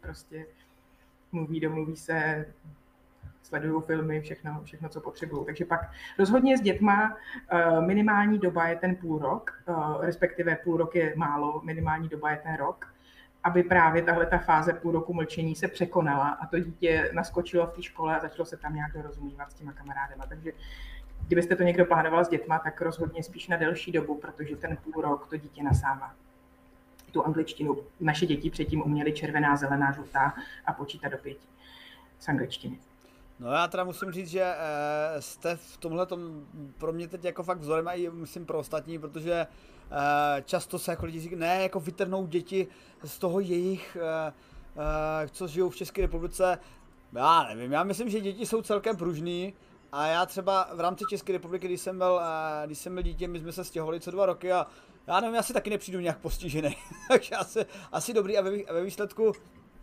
domluví se, sledují filmy, všechno, co potřebují. Takže pak rozhodně s dětma minimální doba je ten půl rok, respektive půl rok je málo, minimální doba je ten rok, aby právě tahle ta fáze půl roku mlčení se překonala a to dítě naskočilo v té škole a začalo se tam nějak dorozumívat s těma kamarádema. Takže kdybyste to někdo plánoval s dětma, tak rozhodně spíš na delší dobu, protože ten půl rok to dítě nasává. Tu angličtinu. Naše děti předtím uměly červená, zelená, žlutá a počítat do 5 z angličtiny. No já teda musím říct, že jste v tomhletom pro mě teď jako fakt vzorem a i myslím pro ostatní, protože často se jako lidi říkají, ne, jako vytrhnout děti z toho jejich, co žijou v České republice. Já nevím, já myslím, že děti jsou celkem pružný a já třeba v rámci České republiky, když jsem byl dítě, my jsme se stěhovali co 2 roky a já nevím, já si taky nepřijdu nějak postižený, takže asi dobrý a ve výsledku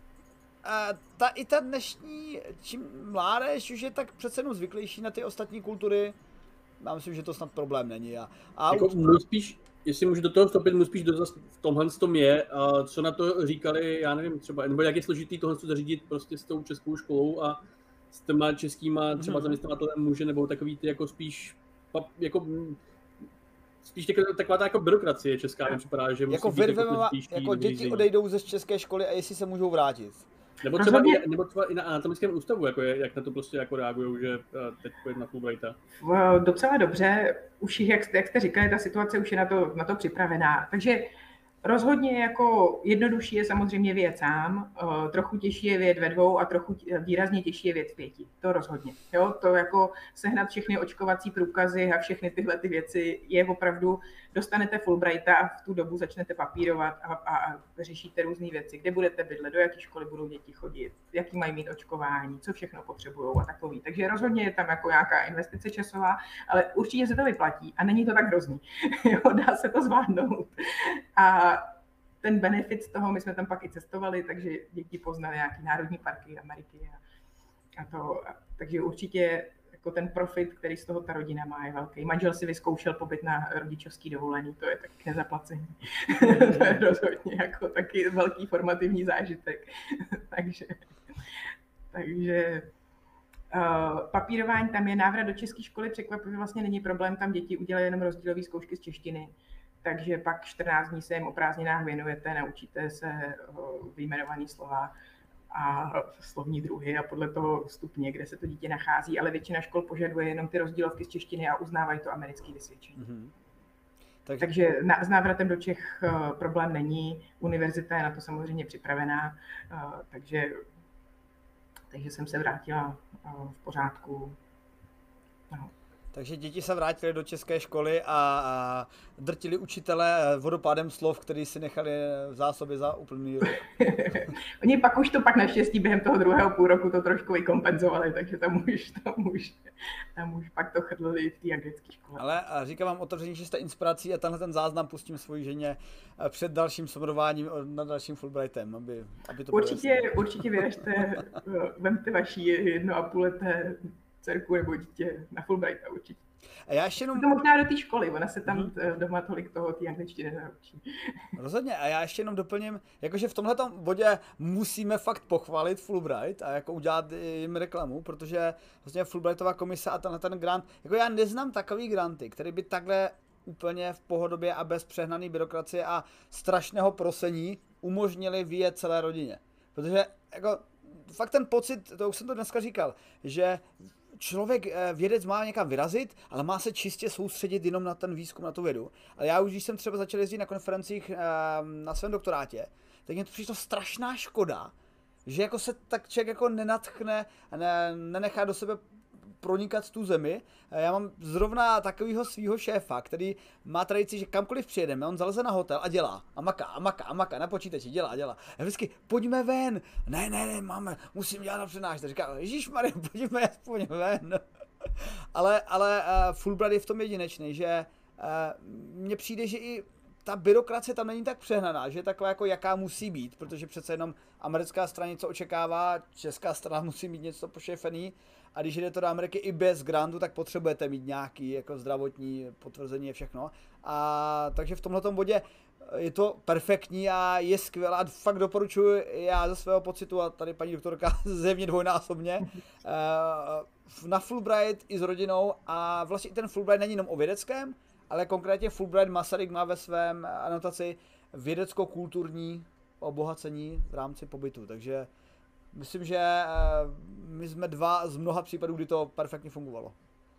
ta dnešní, čím mládež už je tak přece jenom zvyklejší na ty ostatní kultury, já myslím, že to snad problém není. Jako spíš, jestli můžu do toho vstoupit, spíš v tomhle tom je, a co na to říkali, já nevím, třeba, nebo jak je složitý tohle zařídit prostě s tou českou školou a s těma českýma třeba zaměstnavatelem může, nebo takový ty jako spíš taková ta jako byrokracie česká, mi připadá, že jako musí být jako děti odejdou ze české školy a jestli se můžou vrátit. Nebo třeba i na anatomickém ústavu, jako jak na to prostě jako reagujou, že teď pojď na Fulbrighta. Docela dobře, už jak jste říkali, ta situace už je na to připravená. Takže rozhodně jako jednodušší je samozřejmě vyjet sám, trochu těžší je vyjet ve 2 a trochu výrazně těžší je vyjet v 5. To rozhodně. Jo? To jako sehnat všechny očkovací průkazy a všechny tyhle ty věci je opravdu, dostanete Fulbrighta a v tu dobu začnete papírovat a řešíte různé věci, kde budete bydlet, do jaké školy budou děti chodit, jaký mají mít očkování, co všechno potřebují a takový. Takže rozhodně je tam jako nějaká investice časová, ale určitě se to vyplatí a není to tak hrozný. Jo? Dá se to zvládnout. A ten benefit z toho, my jsme tam pak i cestovali, takže děti poznaly nějaký národní parky Ameriky takže určitě jako ten profit, který z toho ta rodina má, je velký. Manžel si vyzkoušel pobyt na rodičovský dovolený, to je taky k nezaplacení. To je rozhodně jako taky velký formativní zážitek. takže papírování tam je, návrat do české školy překvapivě vlastně není problém, tam děti udělají jenom rozdílové zkoušky z češtiny. Takže pak 14 dní se jim o prázdninách věnujete, naučíte se vyjmenované slova a slovní druhy a podle toho stupně, kde se to dítě nachází, ale většina škol požaduje jenom ty rozdílovky z češtiny a uznávají to americké vysvědčení. Mm-hmm. Takže s návratem do Čech problém není, univerzita je na to samozřejmě připravená, takže jsem se vrátila v pořádku. No. Takže děti se vrátily do české školy a drtili učitele vodopádem slov, který si nechali v zásobě za úplný rok. Oni pak už naštěstí během toho 2. půl roku to trošku vykompenzovali, takže tam už pak to chrlili v té anglické škole. Ale říkám vám otevřeně, že jste inspirací a tenhle ten záznam pustím svojí ženě před dalším somrováním nad dalším Fulbrightem, aby to určitě vyražte, vemte vaší 1,5leté dcerku nebo dítě na Fulbrighta určitě. A já ještě jenom... To možná do té školy, ona se tam doma tolik toho té angličtiny nenaučí. Rozhodně, a já ještě jenom doplním, jakože v tomhletom bodě musíme fakt pochválit Fulbright a jako udělat jim reklamu, protože vlastně Fulbrightová komise a tenhle ten grant, jako já neznám takový granty, který by takhle úplně v pohodobě a bez přehnaný byrokracie a strašného prosení umožnili vyjet celé rodině. Protože jako fakt ten pocit, to už jsem to dneska říkal, že člověk, vědec má někam vyrazit, ale má se čistě soustředit jenom na ten výzkum, na tu vědu. Ale já už, když jsem třeba začal jezdit na konferencích na svém doktorátě, tak mě to přišlo strašná škoda, že jako se tak člověk jako nenadchne, nenechá do sebe pronikat tu zemi. Já mám zrovna takového svého šéfa, který má tradici, že kamkoliv přijedeme, on zaleze na hotel a dělá. A maká na počítači, dělá. A vždycky, pojďme ven. Ne, musím dělat na přednášce. Říká, ježišmarja, pojďme aspoň ven. ale Fulbright je v tom jedinečný, že mně přijde, že i ta byrokracie tam není tak přehnaná, že je taková jako jaká musí být, protože přece jenom americká strana něco očekává, česká strana musí mít něco pošefený a když jdete do Ameriky i bez grantu, tak potřebujete mít nějaký jako zdravotní potvrzení a všechno. A takže v tomhletom bodě je to perfektní a je skvělé a fakt doporučuji já ze svého pocitu a tady paní doktorka zjevně dvojnásobně na Fulbright i s rodinou a vlastně ten Fulbright není jenom o vědeckém, ale konkrétně Fulbright Masaryk má ve svém anotaci vědecko-kulturní obohacení v rámci pobytu, takže myslím, že my jsme dva z mnoha případů, kdy to perfektně fungovalo.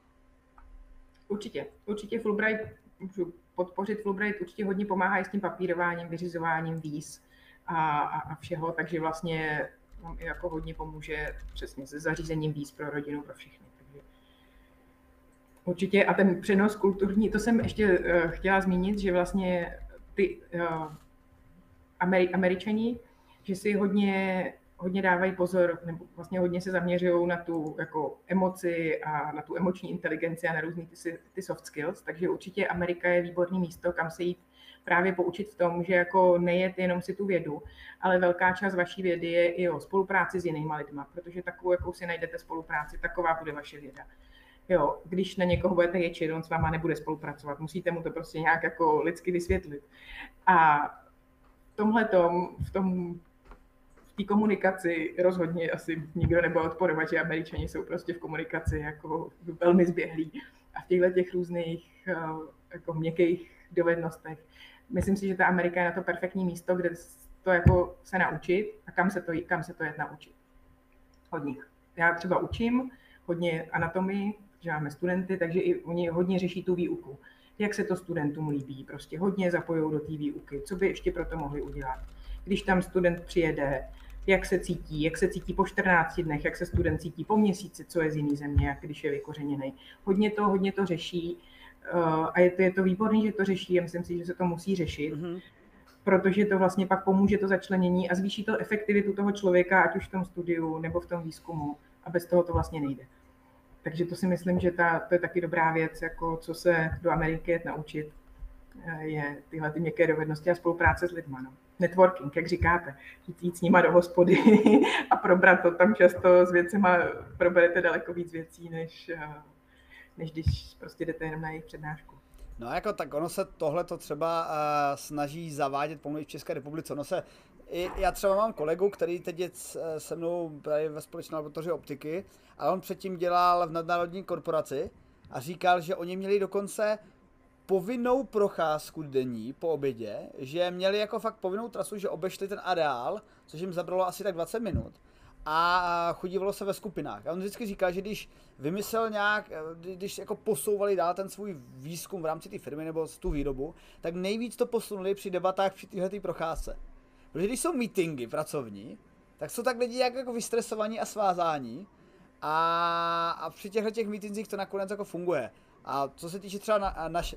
Určitě Fulbright, můžu podpořit Fulbright, určitě hodně pomáhá i s tím papírováním, vyřizováním víz a všeho, takže vlastně vám i jako hodně pomůže přesně se zařízením víz pro rodinu, pro všechny. Takže určitě a ten přenos kulturní, to jsem ještě chtěla zmínit, že vlastně ty Američani, že si hodně dávají pozor, nebo vlastně hodně se zaměřují na tu jako emoci a na tu emoční inteligenci a na různý ty soft skills, takže určitě Amerika je výborný místo, kam se jít právě poučit v tom, že jako nejet jenom si tu vědu, ale velká část vaší vědy je i o spolupráci s jinýma lidma, protože takovou, jakou si najdete spolupráci, taková bude vaše věda. Jo, když na někoho budete ječit, on s váma nebude spolupracovat, musíte mu to prostě nějak jako lidsky vysvětlit. A v té komunikaci rozhodně asi nikdo nebude odporovat, že Američani jsou prostě v komunikaci jako velmi zběhlí a v těchto různých jako měkkých dovednostech. Myslím si, že ta Amerika je na to perfektní místo, kde to jako se naučit a kam se to jet naučit. Od nich. Já třeba učím hodně anatomii, že máme studenty, takže i oni hodně řeší tu výuku. Jak se to studentům líbí, prostě hodně zapojují do té výuky, co by ještě pro to mohli udělat. Když tam student přijede, jak se cítí po 14 dnech, jak se student cítí po měsíci, co je z jiný země, jak když je vykořeněný. Hodně to řeší a je to výborný, že to řeší a myslím si, že se to musí řešit, protože to vlastně pak pomůže to začlenění a zvýší to efektivitu toho člověka, ať už v tom studiu nebo v tom výzkumu a bez toho to vlastně nejde. Takže to si myslím, že to je taky dobrá věc, jako co se do Ameriky jet naučit, je tyhle ty měkké dovednosti a spolupráce s lidma. No. Networking, jak říkáte, jít s nima do hospody a probrat to tam často s věcema, proberete daleko víc věcí, než když prostě jdete jenom na jejich přednášku. No jako tak ono se tohleto třeba snaží zavádět pomalu v České republice. Já třeba mám kolegu, který teď je se mnou právě ve společné laboratoři optiky, ale on předtím dělal v nadnárodní korporaci a říkal, že oni měli dokonce povinnou procházku denní po obědě, že měli jako fakt povinnou trasu, že obešli ten areál, což jim zabralo asi tak 20 minut a chodívalo se ve skupinách. A on vždycky říkal, že když vymyslel když jako posouvali dál ten svůj výzkum v rámci té firmy nebo tu výrobu, tak nejvíc to posunuli při debatách při této procházce. Protože když jsou meetingy pracovní, tak jsou tak lidi jako vystresovaní a svázání a při těch meetingích to nakonec jako funguje. A co se týče třeba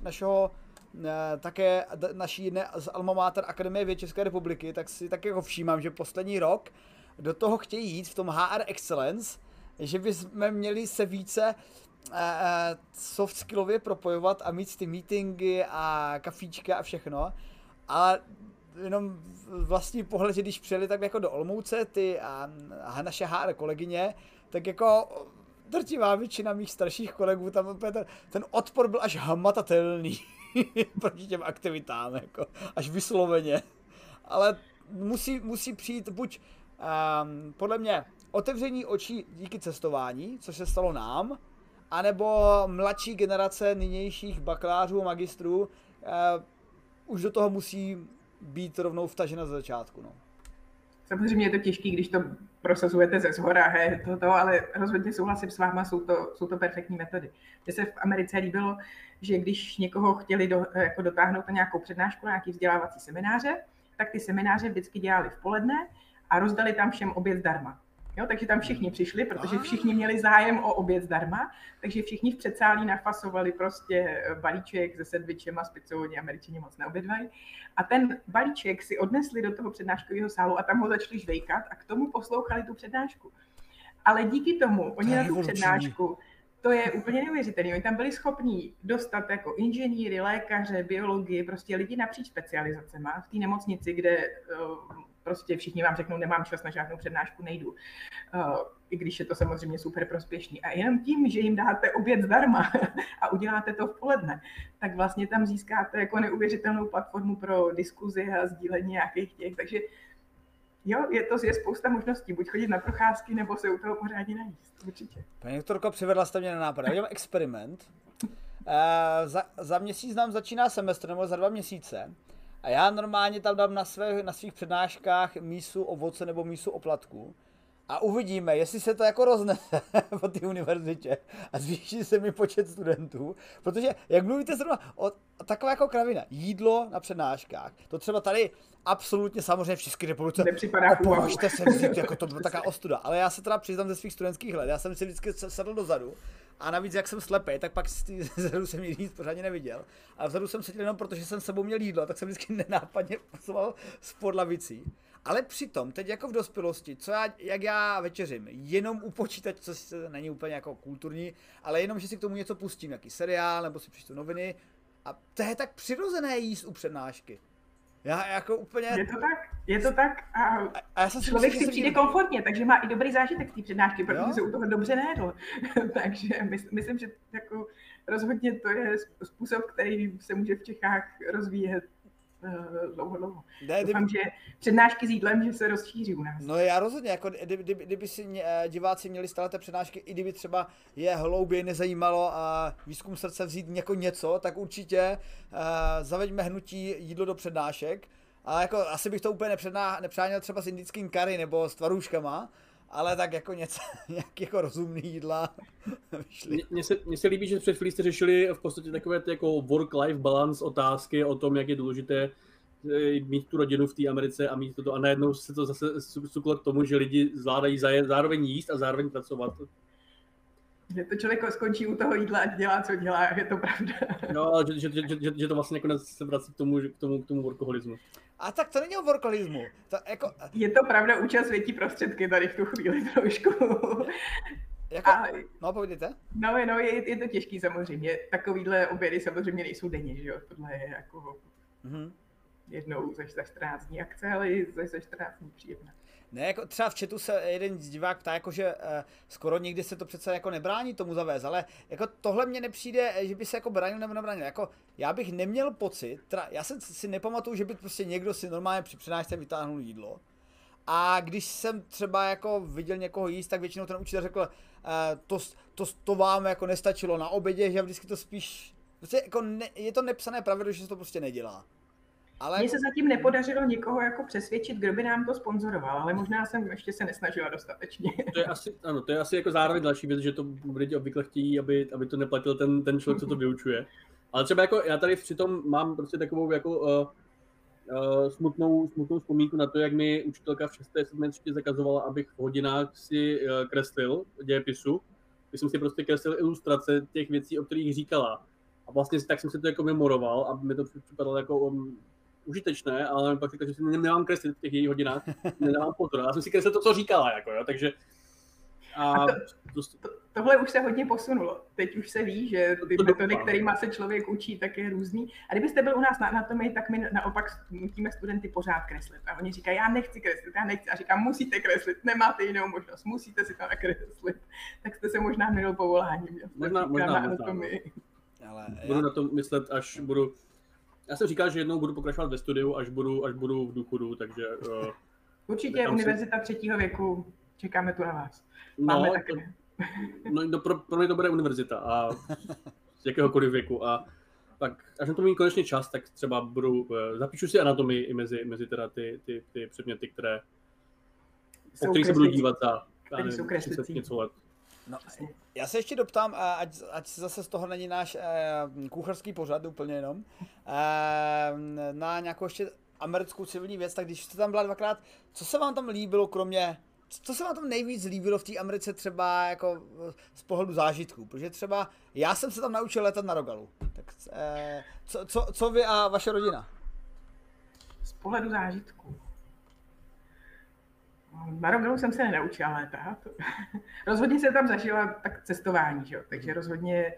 naší jedné z Alma Mater Akademie věd České republiky, tak si tak jako všímám, že poslední rok do toho chtějí jít v tom HR Excellence, že bychom měli se více soft skillově propojovat a mít ty meetingy a kafíčka a všechno. Ale jenom vlastní pohled, že když přijeli tak jako do Olomouce a naše HR kolegyně, tak jako drtivá většina mých starších kolegů, tam ten odpor byl až hmatatelný proti těm aktivitám, jako, až vysloveně. Ale musí přijít buď podle mě otevření očí díky cestování, což se stalo nám, anebo mladší generace nynějších bakalářů a magistrů už do toho musí být rovnou vtažena ze začátku. No. Samozřejmě je to těžké, když to prosazujete ze shora, ale rozhodně souhlasím s váma, jsou to perfektní metody. Mně se v Americe líbilo, že když někoho chtěli dotáhnout na nějakou přednášku, na nějaký vzdělávací semináře, tak ty semináře vždycky dělali v poledne a rozdali tam všem oběd zdarma. Jo, takže tam všichni přišli, protože všichni měli zájem o oběd zdarma, takže všichni v předsálí nafasovali prostě balíček se sendvičema, s pizzou, oni Američani moc neobědvají. A ten balíček si odnesli do toho přednáškového sálu a tam ho začali žvejkat a k tomu poslouchali tu přednášku. Ale díky tomu, oni na tu přednášku, to je úplně neuvěřitelné. Oni tam byli schopní dostat jako inženýry, lékaře, biologi, prostě lidi napříč specializacema v té nemocnici, kde prostě všichni vám řeknou, nemám čas na žádnou přednášku, nejdu. I když je to samozřejmě super prospěšný. A jenom tím, že jim dáte oběd zdarma a uděláte to v poledne, tak vlastně tam získáte jako neuvěřitelnou platformu pro diskuzi a sdílení nějakých těch. Takže jo, je spousta možností, buď chodit na procházky, nebo se u toho pořádně najíst, určitě. Paní doktorko, přivedla jste mě na nápad. Já dělám experiment. Za měsíc nám začíná semestr, nebo za 2 měsíce. A já normálně tam dám na svých přednáškách mísu ovoce nebo mísu oplatku. A uvidíme, jestli se to jako roznese po té univerzitě a zvýší se mi počet studentů. Protože, jak mluvíte zrovna o takové jako kravina, jídlo na přednáškách, to třeba tady absolutně samozřejmě v České republice opovažte se vzít, jako to byla taková ostuda. Ale já se teda přiznám ze svých studentských let, já jsem si vždycky sedl dozadu a navíc jak jsem slepej, tak pak zezadu jsem nic pořádně neviděl. A vzadu jsem seděl jenom protože jsem s sebou měl jídlo, tak jsem vždycky nenápadně posouval spod lavicí. Ale přitom, teď jako v dospělosti, jak já večeřím, jenom u počítače, co není úplně jako kulturní, ale jenom, že si k tomu něco pustím, nějaký seriál, nebo si přečtu noviny. A to je tak přirozené jíst u přednášky. Já jako úplně... Je to tak a člověk si přijde komfortně, takže má i dobrý zážitek z té přednášky, protože se u toho dobře nejedl. Takže myslím, že jako rozhodně to je způsob, který se může v Čechách rozvíjet dlouho. Doufám, že přednášky s jídlem, že se rozšíří u nás. No já rozhodně, jako kdyby si diváci měli stále té přednášky, i kdyby třeba je hlouběji nezajímalo a výzkum srdce vzít jako něco, tak určitě zaveďme hnutí jídlo do přednášek. A jako asi bych to úplně nepřáněl třeba s indickým curry nebo s tvarůžkama, ale tak jako něco, nějaký jako rozumný jídla. Mně se líbí, že před chvílí jste řešili v podstatě takové ty jako work-life balance otázky o tom, jak je důležité mít tu rodinu v té Americe a mít toto. A najednou se to zase suklo k tomu, že lidi zvládají zároveň jíst a zároveň pracovat. Že to člověk skončí u toho jídla a dělá, co dělá, je to pravda. No, že to vlastně nakonec se vrací k tomu workoholismu. A tak to není o workoholismu. Jako... Je to pravda, účast větí prostředky tady v tu chvíli trošku. No, povídejte. No, je to těžký samozřejmě. Takovýhle obědy samozřejmě nejsou denně, že jo. Tohle je jako jednou za 14 dní akce, ale i za 14 dní příjemné. Ne, jako třeba v chatu se jeden divák ptá, jako, že skoro nikdy se to přece jako nebrání tomu zavést, ale jako tohle mně nepřijde, že by se jako bránil nebo nebránil. Jako já bych neměl pocit, já si nepamatuju, že by prostě někdo si normálně při přednášce vytáhnul jídlo. A když jsem třeba jako viděl někoho jíst, tak většinou ten učitel řekl, to vám jako nestačilo na obědě, že vždycky to spíš, prostě jako je to nepsané pravidlo, že se to prostě nedělá. Ale... Mně se zatím nepodařilo nikoho jako přesvědčit, kdo by nám to sponzoroval, ale možná jsem ještě se nesnažila dostatečně. To je asi jako zároveň další věc, že to lidi obvykle chtějí, aby to neplatil ten člověk, co to vyučuje. Ale třeba jako já tady přitom mám prostě takovou jako smutnou vzpomínku na to, jak mi učitelka v 6. 7. třídě zakazovala, abych v hodinách si kreslil dějepisu. Když jsem si prostě kreslil ilustrace těch věcí, o kterých říkala. A vlastně tak jsem si to jako memoroval a mi to připadalo jako užitečné, ale pak říkala, že si nemám kreslit v těch jejich hodinách, nedávám pozor. Já jsem si kreslil to, co říkala, jako, jo, takže... Tohle už se hodně posunulo. Teď už se ví, že ty metody, kterými se člověk učí, tak je různý. A kdybyste byl u nás na anatomii, tak my naopak nutíme studenty pořád kreslit. A oni říkají, já nechci kreslit, já nechci. A říkám, musíte kreslit, nemáte jinou možnost, musíte si to nakreslit. Tak jste se možná minul povoláním. Možná. Budu na to myslet, až budu... Já jsem říkal, že jednou budu pokračovat ve studiu, až budu v důchodu, takže... Určitě univerzita 3. věku, čekáme tu na vás. Máme také. Pro mě to bude univerzita a z jakéhokoliv věku. A tak, až na to mít konečně čas, tak třeba zapíšu si anatomii i mezi teda ty předměty, o kterých se budu dívat za 30 něco let. No, já se ještě doptám, ať zase z toho není náš kuchařský pořad úplně jenom, na nějakou ještě americkou civilní věc, tak když jste tam byla 2krát, co se vám tam líbilo, kromě co se vám tam nejvíc líbilo v té Americe třeba jako z pohledu zážitků? Protože třeba já jsem se tam naučil letat na Rogalu. Tak co vy a vaše rodina? Z pohledu zážitků. Na Rogalu jsem se nenaučila létat. Rozhodně jsem tam zažila tak cestování, že jo? Takže rozhodně...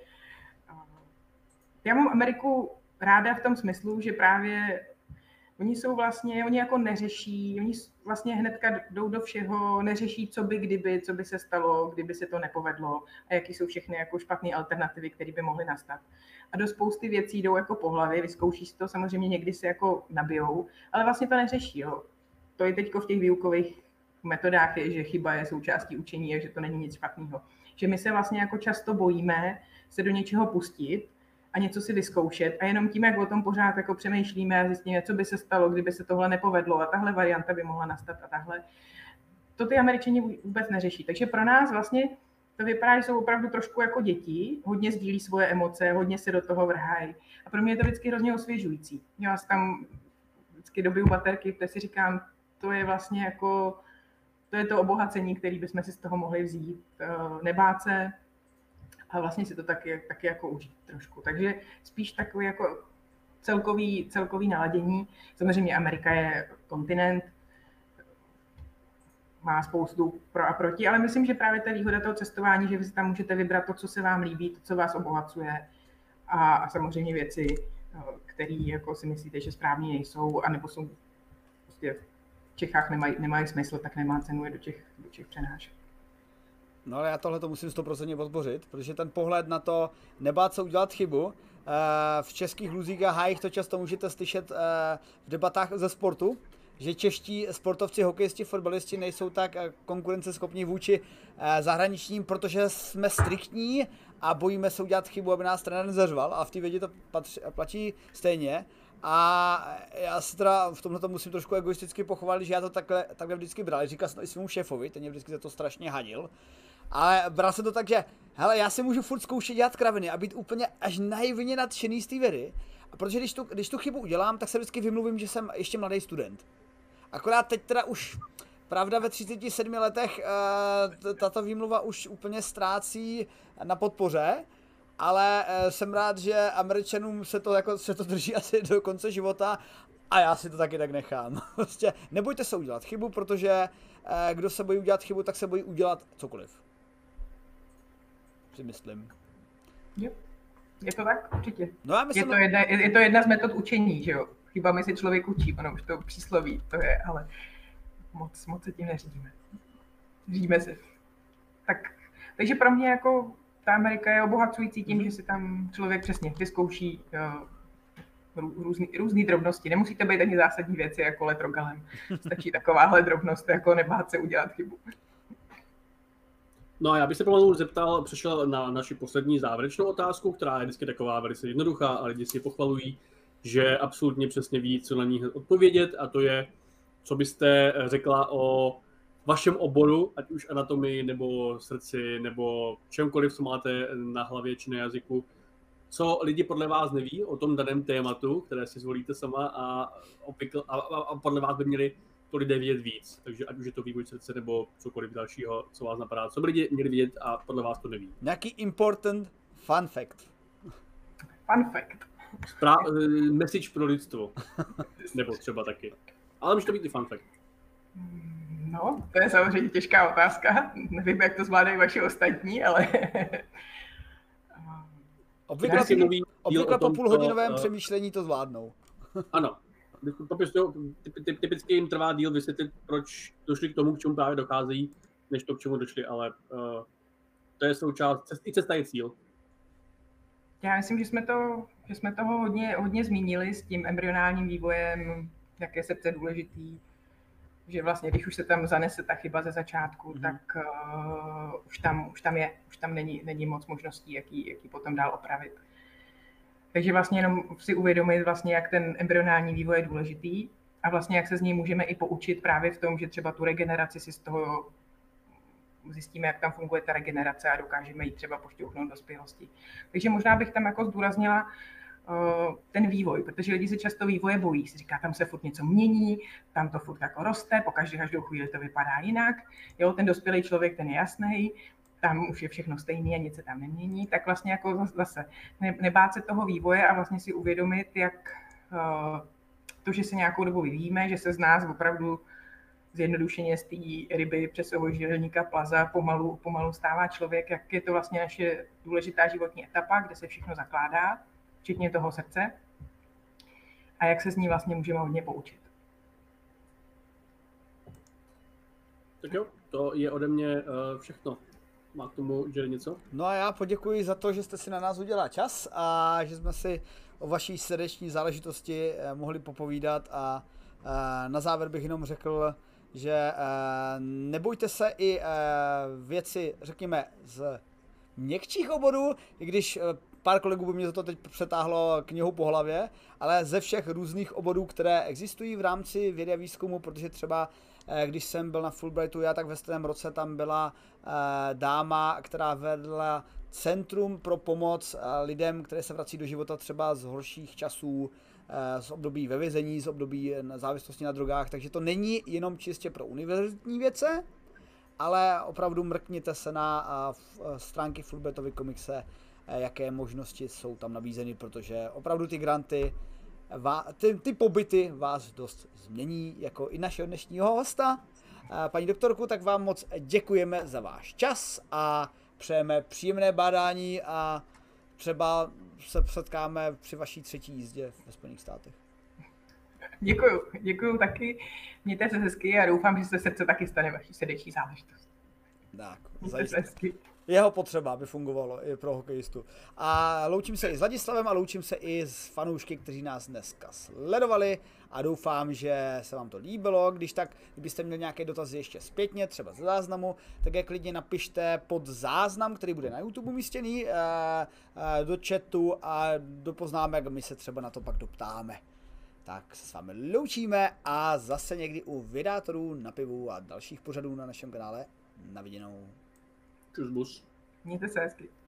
Já mám Ameriku ráda v tom smyslu, že právě oni jako neřeší, oni vlastně hnedka jdou do všeho, neřeší, co by se stalo, kdyby se to nepovedlo a jaký jsou všechny jako špatné alternativy, které by mohly nastat. A do spousty věcí jdou jako po hlavě, vyzkouší si to, samozřejmě někdy se jako nabijou, ale vlastně to neřeší, jo. To je teďko v těch výukových metodách, je, že chyba je součástí učení a že to není nic špatného. Že my se vlastně jako často bojíme se do něčeho pustit a něco si vyzkoušet a jenom tím, jak o tom pořád jako přemýšlíme a zjistíme, co by se stalo, kdyby se tohle nepovedlo a tahle varianta by mohla nastat a tahle. To ty Američani vůbec neřeší. Takže pro nás vlastně to vypadá, že jsou opravdu trošku jako děti, hodně sdílí svoje emoce, hodně se do toho vrhají. A pro mě je to vždycky hrozně osvěžující. Já si tam vždycky dobiju baterky, protože si říkám, to je vlastně jako, to je to obohacení, který bychom si z toho mohli vzít, nebát se, a vlastně si to taky jako užít trošku. Takže spíš takový jako celkový naladění. Samozřejmě Amerika je kontinent, má spoustu pro a proti, ale myslím, že právě ta výhoda toho cestování, že vy si tam můžete vybrat to, co se vám líbí, to, co vás obohacuje a samozřejmě věci, které jako si myslíte, že správně nejsou, anebo jsou prostě v Čechách nemají smysl, tak nemá cenu je do těch přenášet. No ale já tohle to musím 100% podpořit, protože ten pohled na to nebát se udělat chybu, v českých luzích a hájích to často můžete slyšet v debatách ze sportu, že čeští sportovci, hokejisti, fotbalisti nejsou tak konkurenceschopní vůči zahraničním, protože jsme striktní a bojíme se udělat chybu, aby nás trenér nezařval a v té vědě to platí stejně. A já se teda v tomhle musím trošku egoisticky pochválit, že já to takhle vždycky bral. Říkal jsem to i svému šéfovi, ten mě vždycky za to strašně hadil. Ale bral jsem to tak, že hele, já si můžu furt zkoušet dělat kraviny a být úplně až naivně nadšený z té vědy. A protože když tu chybu udělám, tak se vždycky vymluvím, že jsem ještě mladý student. Akorát teď teda už, pravda, ve 37 letech tato výmluva už úplně ztrácí na podpoře. Ale jsem rád, že Američanům se to drží asi do konce života a já si to taky tak nechám. Prostě nebojte se udělat chybu, protože kdo se bojí udělat chybu, tak se bojí udělat cokoliv. Si myslím. Jo, je to tak, určitě. No já myslím, je to jedna z metod učení, že jo. Chybami si člověk učí, ono už to přísloví, to je, ale moc se tím neřídíme. Řídíme se. Takže pro mě jako ta Amerika je obohacující tím, že si tam člověk přesně vyzkouší různý drobnosti. Nemusíte být ani zásadní věci jako let rogalem. Stačí takováhle drobnost, jako nebát se udělat chybu. No a já bych se pomalu přešel na naši poslední závěrečnou otázku, která je vždycky taková velice jednoduchá a lidi si pochvalují, že absolutně přesně ví, co na ní odpovědět, a to je, co byste řekla o vašem oboru, ať už anatomii, nebo srdci, nebo čemkoliv, co máte na hlavě či na jazyku, co lidi podle vás neví o tom daném tématu, které si zvolíte sama a podle vás by měli to lidé vědět víc. Takže ať už je to vývoj srdce, nebo cokoliv dalšího, co vás napadá, co by lidi měli vědět a podle vás to neví. Nějaký important fun fact. Fun fact. Message pro lidstvo. Nebo třeba taky. Ale může to být i fun fact. No, to je samozřejmě těžká otázka. Nevím, jak to zvládají vaši ostatní, ale... Obvykle po půlhodinovém přemýšlení to zvládnou. Ano. Typicky jim trvá díl vysvětlit, proč došli k tomu, k čemu právě docházejí, než to, k čemu došli, ale to je součást, i cesta je cíl. Já myslím, že jsme toho hodně zmínili s tím embryonálním vývojem, jak je srdce důležitý, že vlastně, když už se tam zanese ta chyba ze začátku, tak už tam není moc možností, jak ji potom dál opravit. Takže vlastně jenom si uvědomit vlastně, jak ten embryonální vývoj je důležitý a vlastně jak se z něj můžeme i poučit právě v tom, že třeba tu regeneraci si z toho zjistíme, jak tam funguje ta regenerace a dokážeme ji třeba pošťouchnout do dospělosti. Takže možná bych tam jako zdůraznila ten vývoj, protože lidi se často vývoje bojí. Si říká, tam se furt něco mění, tam to furt jako roste, po každou chvíli to vypadá jinak. Jo, ten dospělý člověk, ten je jasný, tam už je všechno stejné a nic se tam nemění, tak vlastně jako zase nebát se toho vývoje a vlastně si uvědomit, jak to, že se nějakou dobu vyvíjíme, že se z nás opravdu zjednodušeně z té ryby přes obojživelníka plaza pomalu stává člověk, jak je to vlastně naše důležitá životní etapa, kde se všechno zakládá, včetně toho srdce, a jak se z ní vlastně můžeme hodně poučit. Tak jo, to je ode mě všechno. Má k tomu Jerry něco? No a já poděkuji za to, že jste si na nás udělali čas a že jsme si o vaší srdeční záležitosti mohli popovídat a na závěr bych jenom řekl, že nebojte se i věci, řekněme, z měkčích oborů, i když pár kolegů by mě to teď přetáhlo knihou po hlavě, ale ze všech různých oborů, které existují v rámci vědy a výzkumu, protože třeba když jsem byl na Fulbrightu já, tak ve stejném roce tam byla dáma, která vedla centrum pro pomoc lidem, které se vrací do života třeba z horších časů, z období ve vězení, z období závislosti na drogách, takže to není jenom čistě pro univerzitní vědce, ale opravdu mrkněte se na stránky Fulbrightovy komikse, jaké možnosti jsou tam nabízeny, protože opravdu ty granty, ty pobyty vás dost změní, jako i našeho dnešního hosta. Paní doktorku, tak vám moc děkujeme za váš čas a přejeme příjemné bádání a třeba se setkáme při vaší 3. jízdě ve Spojených státech. Děkuju taky. Mějte se hezky a doufám, že se srdce taky stane vaší srdeční záležitost. Tak, Mějte se hezky. Jeho potřeba, aby fungovalo i pro hokejistu. A loučím se i s Ladislavem a loučím se i s fanoušky, kteří nás dneska sledovali a doufám, že se vám to líbilo. Když tak, kdybyste měli nějaké dotazy ještě zpětně, třeba ze záznamu, tak je klidně napište pod záznam, který bude na YouTube umístěný, do chatu a do poznámek, my se třeba na to pak doptáme. Tak se s vámi loučíme a zase někdy u Vědátorů na pivu a dalších pořadů na našem kanále. Na viděnou. Čus bus. Mějte se hezky.